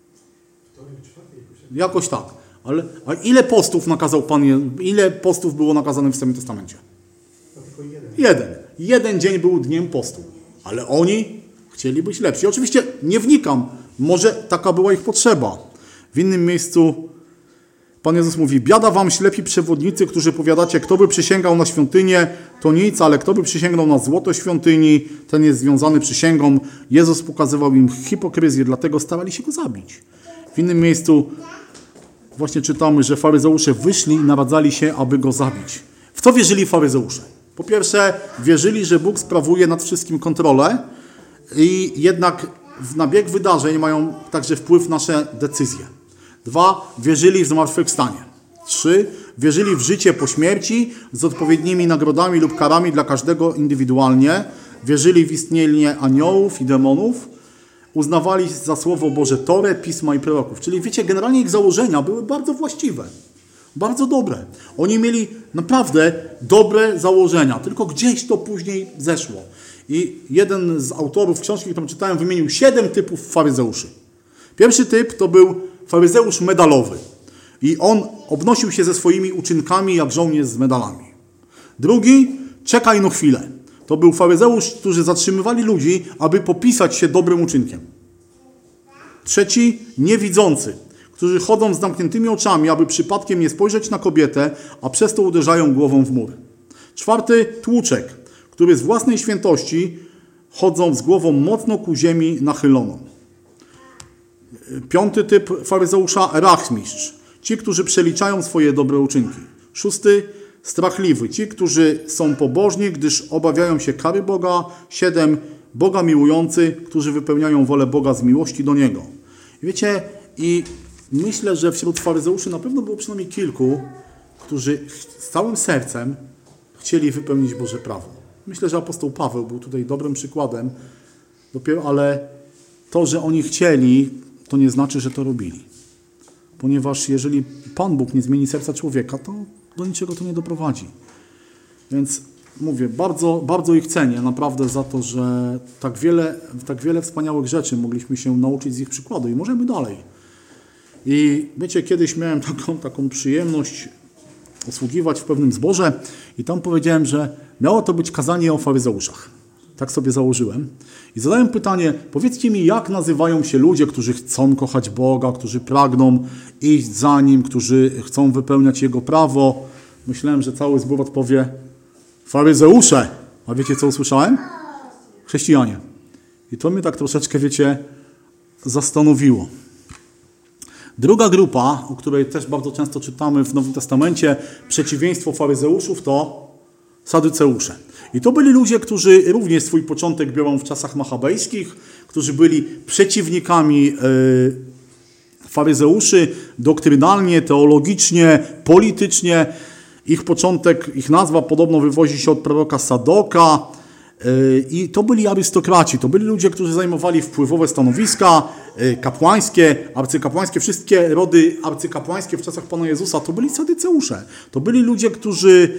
Jakoś tak. A ile postów nakazał Pan, ile postów było nakazane w Starym Testamencie? Jeden. Jeden dzień był dniem postu. Ale oni chcieli być lepsi. Oczywiście nie wnikam. Może taka była ich potrzeba. W innym miejscu Pan Jezus mówi, biada wam ślepi przewodnicy, którzy powiadacie, kto by przysięgał na świątynię, to nic, ale kto by przysięgnął na złoto świątyni, ten jest związany przysięgą. Jezus pokazywał im hipokryzję, dlatego starali się go zabić. W innym miejscu właśnie czytamy, że faryzeusze wyszli i naradzali się, aby go zabić. W co wierzyli faryzeusze? Po pierwsze, wierzyli, że Bóg sprawuje nad wszystkim kontrolę i jednak na bieg wydarzeń mają także wpływ nasze decyzje. 2. Wierzyli w zmartwychwstanie. 3. Wierzyli w życie po śmierci z odpowiednimi nagrodami lub karami dla każdego indywidualnie. Wierzyli w istnienie aniołów i demonów. Uznawali za Słowo Boże Torę, Pisma i proroków. Czyli wiecie, generalnie ich założenia były bardzo właściwe. Bardzo dobre. Oni mieli naprawdę dobre założenia, tylko gdzieś to później zeszło. I jeden z autorów książki, którą czytałem, wymienił 7 typów faryzeuszy. Pierwszy typ to był faryzeusz medalowy. I on obnosił się ze swoimi uczynkami jak żołnierz z medalami. Drugi, czekaj no chwilę. To był faryzeusz, którzy zatrzymywali ludzi, aby popisać się dobrym uczynkiem. Trzeci, niewidzący, którzy chodzą z zamkniętymi oczami, aby przypadkiem nie spojrzeć na kobietę, a przez to uderzają głową w mur. 4, tłuczek, który z własnej świętości chodzą z głową mocno ku ziemi nachyloną. 5 typ faryzeusza, rachmistrz, ci, którzy przeliczają swoje dobre uczynki. 6, strachliwy, ci, którzy są pobożni, gdyż obawiają się kary Boga. 7, Boga miłujący, którzy wypełniają wolę Boga z miłości do Niego. Wiecie, i myślę, że wśród faryzeuszy na pewno było przynajmniej kilku, którzy z całym sercem chcieli wypełnić Boże prawo. Myślę, że apostoł Paweł był tutaj dobrym przykładem, ale to, że oni chcieli, to nie znaczy, że to robili. Ponieważ jeżeli Pan Bóg nie zmieni serca człowieka, to do niczego to nie doprowadzi. Więc mówię, bardzo, bardzo ich cenię naprawdę za to, że tak wiele wspaniałych rzeczy mogliśmy się nauczyć z ich przykładu i możemy dalej. I wiecie, kiedyś miałem taką przyjemność usługiwać w pewnym zborze i tam powiedziałem, że miało to być kazanie o faryzeuszach. Tak sobie założyłem. I zadałem pytanie, powiedzcie mi, jak nazywają się ludzie, którzy chcą kochać Boga, którzy pragną iść za Nim, którzy chcą wypełniać Jego prawo. Myślałem, że cały zbór odpowie faryzeusze. A wiecie, co usłyszałem? Chrześcijanie. I to mnie tak troszeczkę, wiecie, zastanowiło. Druga grupa, o której też bardzo często czytamy w Nowym Testamencie, przeciwieństwo faryzeuszów, to saduceusze. I to byli ludzie, którzy również swój początek biorą w czasach machabejskich, którzy byli przeciwnikami faryzeuszy doktrynalnie, teologicznie, politycznie. Ich początek, ich nazwa podobno wywodzi się od proroka Sadoka. I to byli arystokraci, to byli ludzie, którzy zajmowali wpływowe stanowiska kapłańskie, arcykapłańskie, wszystkie rody arcykapłańskie w czasach Pana Jezusa, to byli saduceusze. To byli ludzie, którzy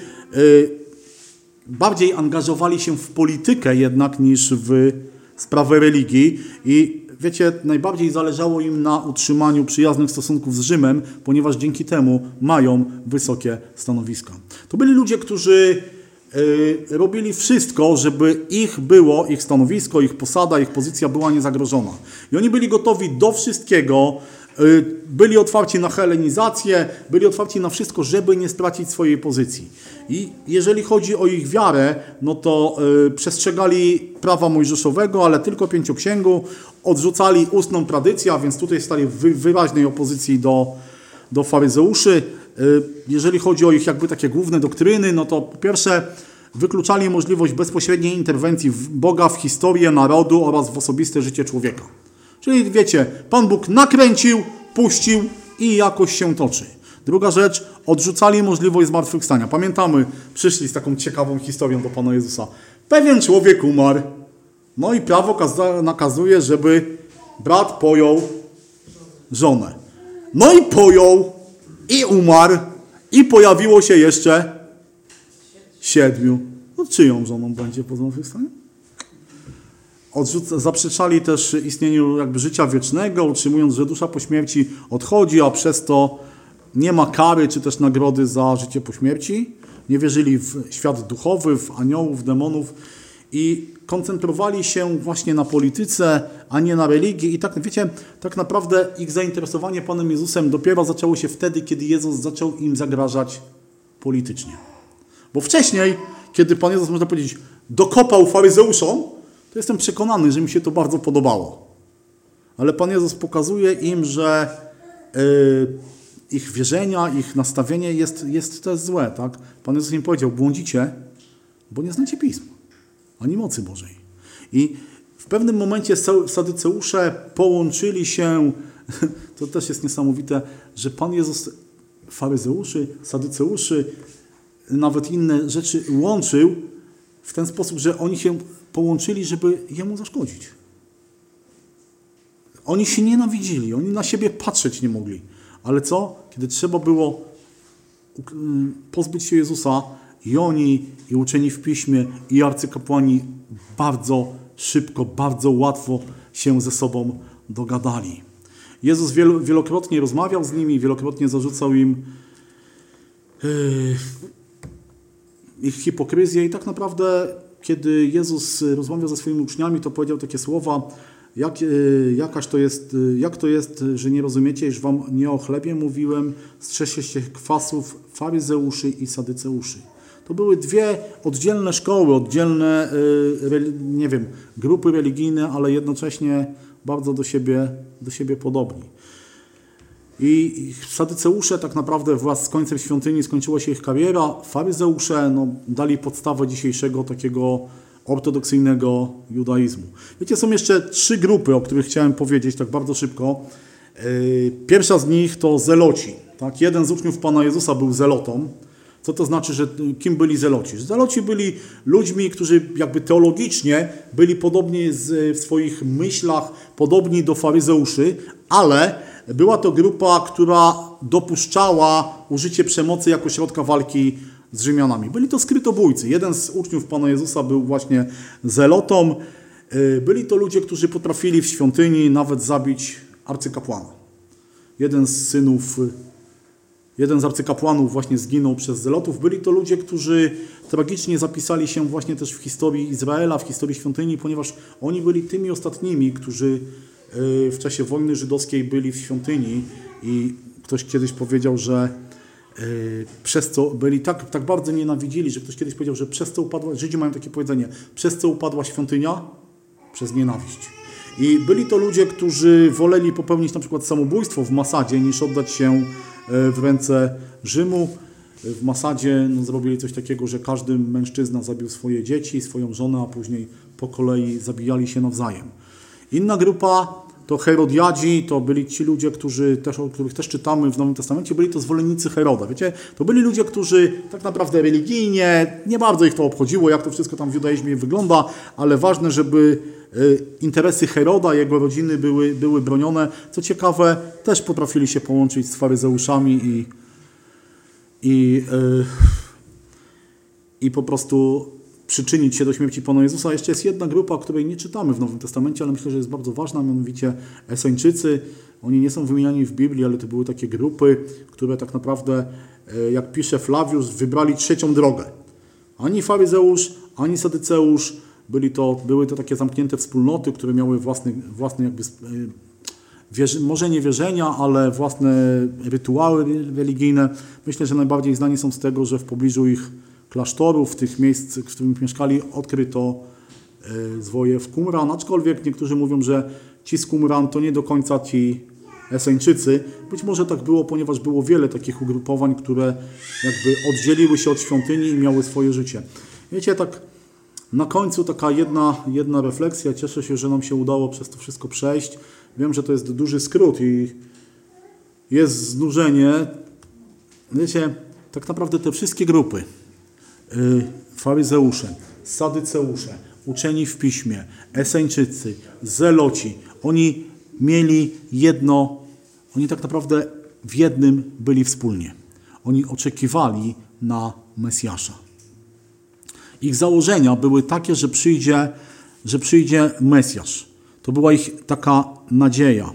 bardziej angażowali się w politykę jednak niż w sprawę religii i wiecie, najbardziej zależało im na utrzymaniu przyjaznych stosunków z Rzymem, ponieważ dzięki temu mają wysokie stanowiska. To byli ludzie, którzy robili wszystko, żeby ich stanowisko, ich posada, ich pozycja była niezagrożona. I oni byli gotowi do wszystkiego, byli otwarci na helenizację, byli otwarci na wszystko, żeby nie stracić swojej pozycji. I jeżeli chodzi o ich wiarę, no to przestrzegali prawa mojżeszowego, ale tylko pięcioksięgu, odrzucali ustną tradycję, a więc tutaj stali w wyraźnej opozycji do faryzeuszy. Jeżeli chodzi o ich jakby takie główne doktryny, no to po pierwsze wykluczali możliwość bezpośredniej interwencji Boga w historię narodu oraz w osobiste życie człowieka. Czyli wiecie, Pan Bóg nakręcił, puścił i jakoś się toczy. Druga rzecz, odrzucali możliwość zmartwychwstania. Pamiętamy, przyszli z taką ciekawą historią do Pana Jezusa. Pewien człowiek umarł, no i prawo nakazuje, żeby brat pojął żonę. No i pojął, i umarł, i pojawiło się jeszcze 7. No czyją żoną będzie po zmartwychwstaniu? Zaprzeczali też istnieniu jakby życia wiecznego, utrzymując, że dusza po śmierci odchodzi, a przez to nie ma kary czy też nagrody za życie po śmierci. Nie wierzyli w świat duchowy, w aniołów, demonów i koncentrowali się właśnie na polityce, a nie na religii. I tak, wiecie, tak naprawdę ich zainteresowanie Panem Jezusem dopiero zaczęło się wtedy, kiedy Jezus zaczął im zagrażać politycznie. Bo wcześniej, kiedy Pan Jezus, można powiedzieć, dokopał faryzeuszom, to jestem przekonany, że mi się to bardzo podobało. Ale Pan Jezus pokazuje im, że ich wierzenia, ich nastawienie jest też złe. Tak? Pan Jezus im powiedział, błądzicie, bo nie znacie Pism, ani mocy Bożej. I w pewnym momencie sadyceusze połączyli się, to też jest niesamowite, że Pan Jezus faryzeuszy, sadyceuszy, nawet inne rzeczy łączył w ten sposób, że oni się połączyli, żeby Jemu zaszkodzić. Oni się nienawidzili, oni na siebie patrzeć nie mogli. Ale co? Kiedy trzeba było pozbyć się Jezusa, i oni, i uczeni w Piśmie, i arcykapłani bardzo szybko, bardzo łatwo się ze sobą dogadali. Jezus wielokrotnie rozmawiał z nimi, wielokrotnie zarzucał im ich hipokryzję i tak naprawdę, kiedy Jezus rozmawiał ze swoimi uczniami, to powiedział takie słowa, jak to jest, że nie rozumiecie, iż wam nie o chlebie mówiłem, strzeżcie się kwasów faryzeuszy i sadyceuszy. To były dwie oddzielne szkoły, oddzielne, grupy religijne, ale jednocześnie bardzo do siebie podobni. I sadyceusze tak naprawdę wraz z końcem świątyni skończyła się ich kariera. Faryzeusze dali podstawę dzisiejszego takiego ortodoksyjnego judaizmu. Wiecie, są jeszcze 3 grupy, o których chciałem powiedzieć tak bardzo szybko. Pierwsza z nich to zeloci. Tak? Jeden z uczniów Pana Jezusa był zelotą. Co to znaczy, że kim byli zeloci? Zeloci byli ludźmi, którzy jakby teologicznie byli podobni w swoich myślach, podobni do faryzeuszy, ale była to grupa, która dopuszczała użycie przemocy jako środka walki z Rzymianami. Byli to skrytobójcy. Jeden z uczniów Pana Jezusa był właśnie zelotą. Byli to ludzie, którzy potrafili w świątyni nawet zabić arcykapłana. Jeden z arcykapłanów właśnie zginął przez zelotów. Byli to ludzie, którzy tragicznie zapisali się właśnie też w historii Izraela, w historii świątyni, ponieważ oni byli tymi ostatnimi, którzy w czasie wojny żydowskiej byli w świątyni i ktoś kiedyś powiedział, że przez co byli tak bardzo nienawidzili, że ktoś kiedyś powiedział, że przez co upadła, Żydzi mają takie powiedzenie, przez co upadła świątynia? Przez nienawiść. I byli to ludzie, którzy woleli popełnić na przykład samobójstwo w Masadzie, niż oddać się w ręce Rzymu. W Masadzie zrobili coś takiego, że każdy mężczyzna zabił swoje dzieci, swoją żonę, a później po kolei zabijali się nawzajem. Inna grupa to Herodiadzi, to byli ci ludzie, o których też czytamy w Nowym Testamencie, byli to zwolennicy Heroda. Wiecie, to byli ludzie, którzy tak naprawdę religijnie, nie bardzo ich to obchodziło, jak to wszystko tam w judaizmie wygląda, ale ważne, żeby interesy Heroda, jego rodziny były bronione. Co ciekawe, też potrafili się połączyć z faryzeuszami i po prostu przyczynić się do śmierci Pana Jezusa. Jeszcze jest jedna grupa, o której nie czytamy w Nowym Testamencie, ale myślę, że jest bardzo ważna, mianowicie Eseńczycy. Oni nie są wymieniani w Biblii, ale to były takie grupy, które tak naprawdę, jak pisze Flawiusz, wybrali trzecią drogę. Ani faryzeusz, ani sadyceusz. Były to takie zamknięte wspólnoty, które miały własne jakby, może nie wierzenia, ale własne rytuały religijne. Myślę, że najbardziej znani są z tego, że w pobliżu ich klasztorów, tych miejsc, w których mieszkali, odkryto zwoje w Qumran, aczkolwiek niektórzy mówią, że ci z Qumran to nie do końca ci Eseńczycy. Być może tak było, ponieważ było wiele takich ugrupowań, które jakby oddzieliły się od świątyni i miały swoje życie. Wiecie, tak na końcu taka jedna refleksja. Cieszę się, że nam się udało przez to wszystko przejść. Wiem, że to jest duży skrót i jest znużenie. Wiecie, tak naprawdę te wszystkie grupy, faryzeusze, sadyceusze, uczeni w piśmie, Eseńczycy, zeloci, oni mieli jedno, oni tak naprawdę w jednym byli wspólnie. Oni oczekiwali na Mesjasza. Ich założenia były takie, że przyjdzie Mesjasz. To była ich taka nadzieja.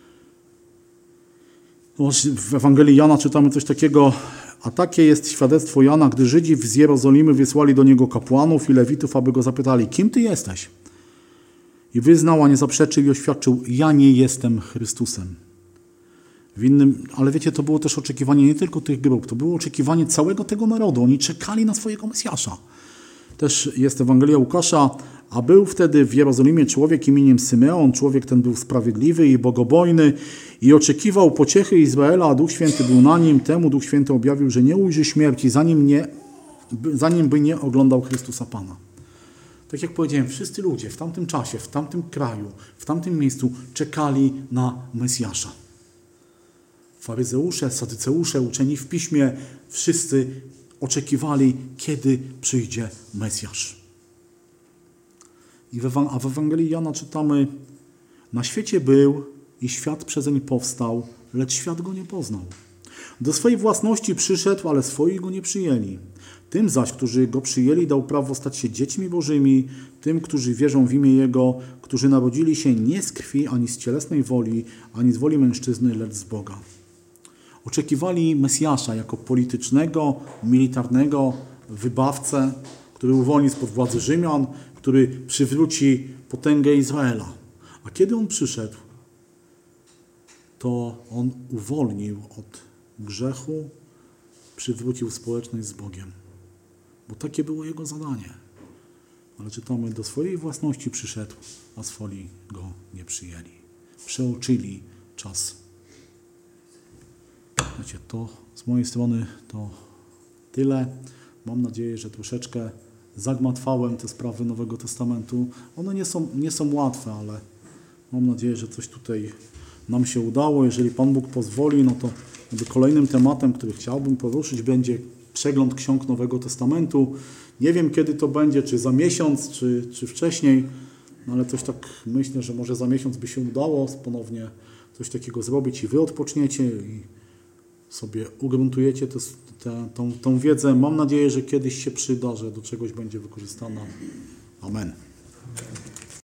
W Ewangelii Jana czytamy coś takiego, a takie jest świadectwo Jana, gdy Żydzi z Jerozolimy wysłali do niego kapłanów i lewitów, aby go zapytali, kim ty jesteś? I wyznał, a nie zaprzeczył i oświadczył, ja nie jestem Chrystusem. Ale wiecie, to było też oczekiwanie nie tylko tych grup, to było oczekiwanie całego tego narodu. Oni czekali na swojego Mesjasza. Też jest Ewangelia Łukasza, a był wtedy w Jerozolimie człowiek imieniem Symeon. Człowiek ten był sprawiedliwy i bogobojny i oczekiwał pociechy Izraela, a Duch Święty był na nim. Temu Duch Święty objawił, że nie ujrzy śmierci, zanim by nie oglądał Chrystusa Pana. Tak jak powiedziałem, wszyscy ludzie w tamtym czasie, w tamtym kraju, w tamtym miejscu czekali na Mesjasza. Faryzeusze, sadyceusze, uczeni w piśmie, wszyscy oczekiwali, kiedy przyjdzie Mesjasz. A w Ewangelii Jana czytamy, na świecie był i świat przezeń powstał, lecz świat go nie poznał. Do swojej własności przyszedł, ale swoi go nie przyjęli. Tym zaś, którzy go przyjęli, dał prawo stać się dziećmi bożymi, tym, którzy wierzą w imię Jego, którzy narodzili się nie z krwi, ani z cielesnej woli, ani z woli mężczyzny, lecz z Boga. Oczekiwali Mesjasza jako politycznego, militarnego wybawcę, który uwolni spod władzy Rzymian, który przywróci potęgę Izraela. A kiedy on przyszedł, to on uwolnił od grzechu, przywrócił społeczność z Bogiem. Bo takie było jego zadanie. Ale czytamy, do swojej własności przyszedł, a swoi go nie przyjęli. Przeoczyli czas. Wiecie, to z mojej strony to tyle. Mam nadzieję, że troszeczkę zagmatwałem te sprawy Nowego Testamentu. One nie są łatwe, ale mam nadzieję, że coś tutaj nam się udało. Jeżeli Pan Bóg pozwoli, no to kolejnym tematem, który chciałbym poruszyć, będzie przegląd ksiąg Nowego Testamentu. Nie wiem, kiedy to będzie, czy za miesiąc, czy wcześniej, no ale coś tak myślę, że może za miesiąc by się udało ponownie coś takiego zrobić i wy odpoczniecie i sobie ugruntujecie tą wiedzę. Mam nadzieję, że kiedyś się przyda, że do czegoś będzie wykorzystana. Amen.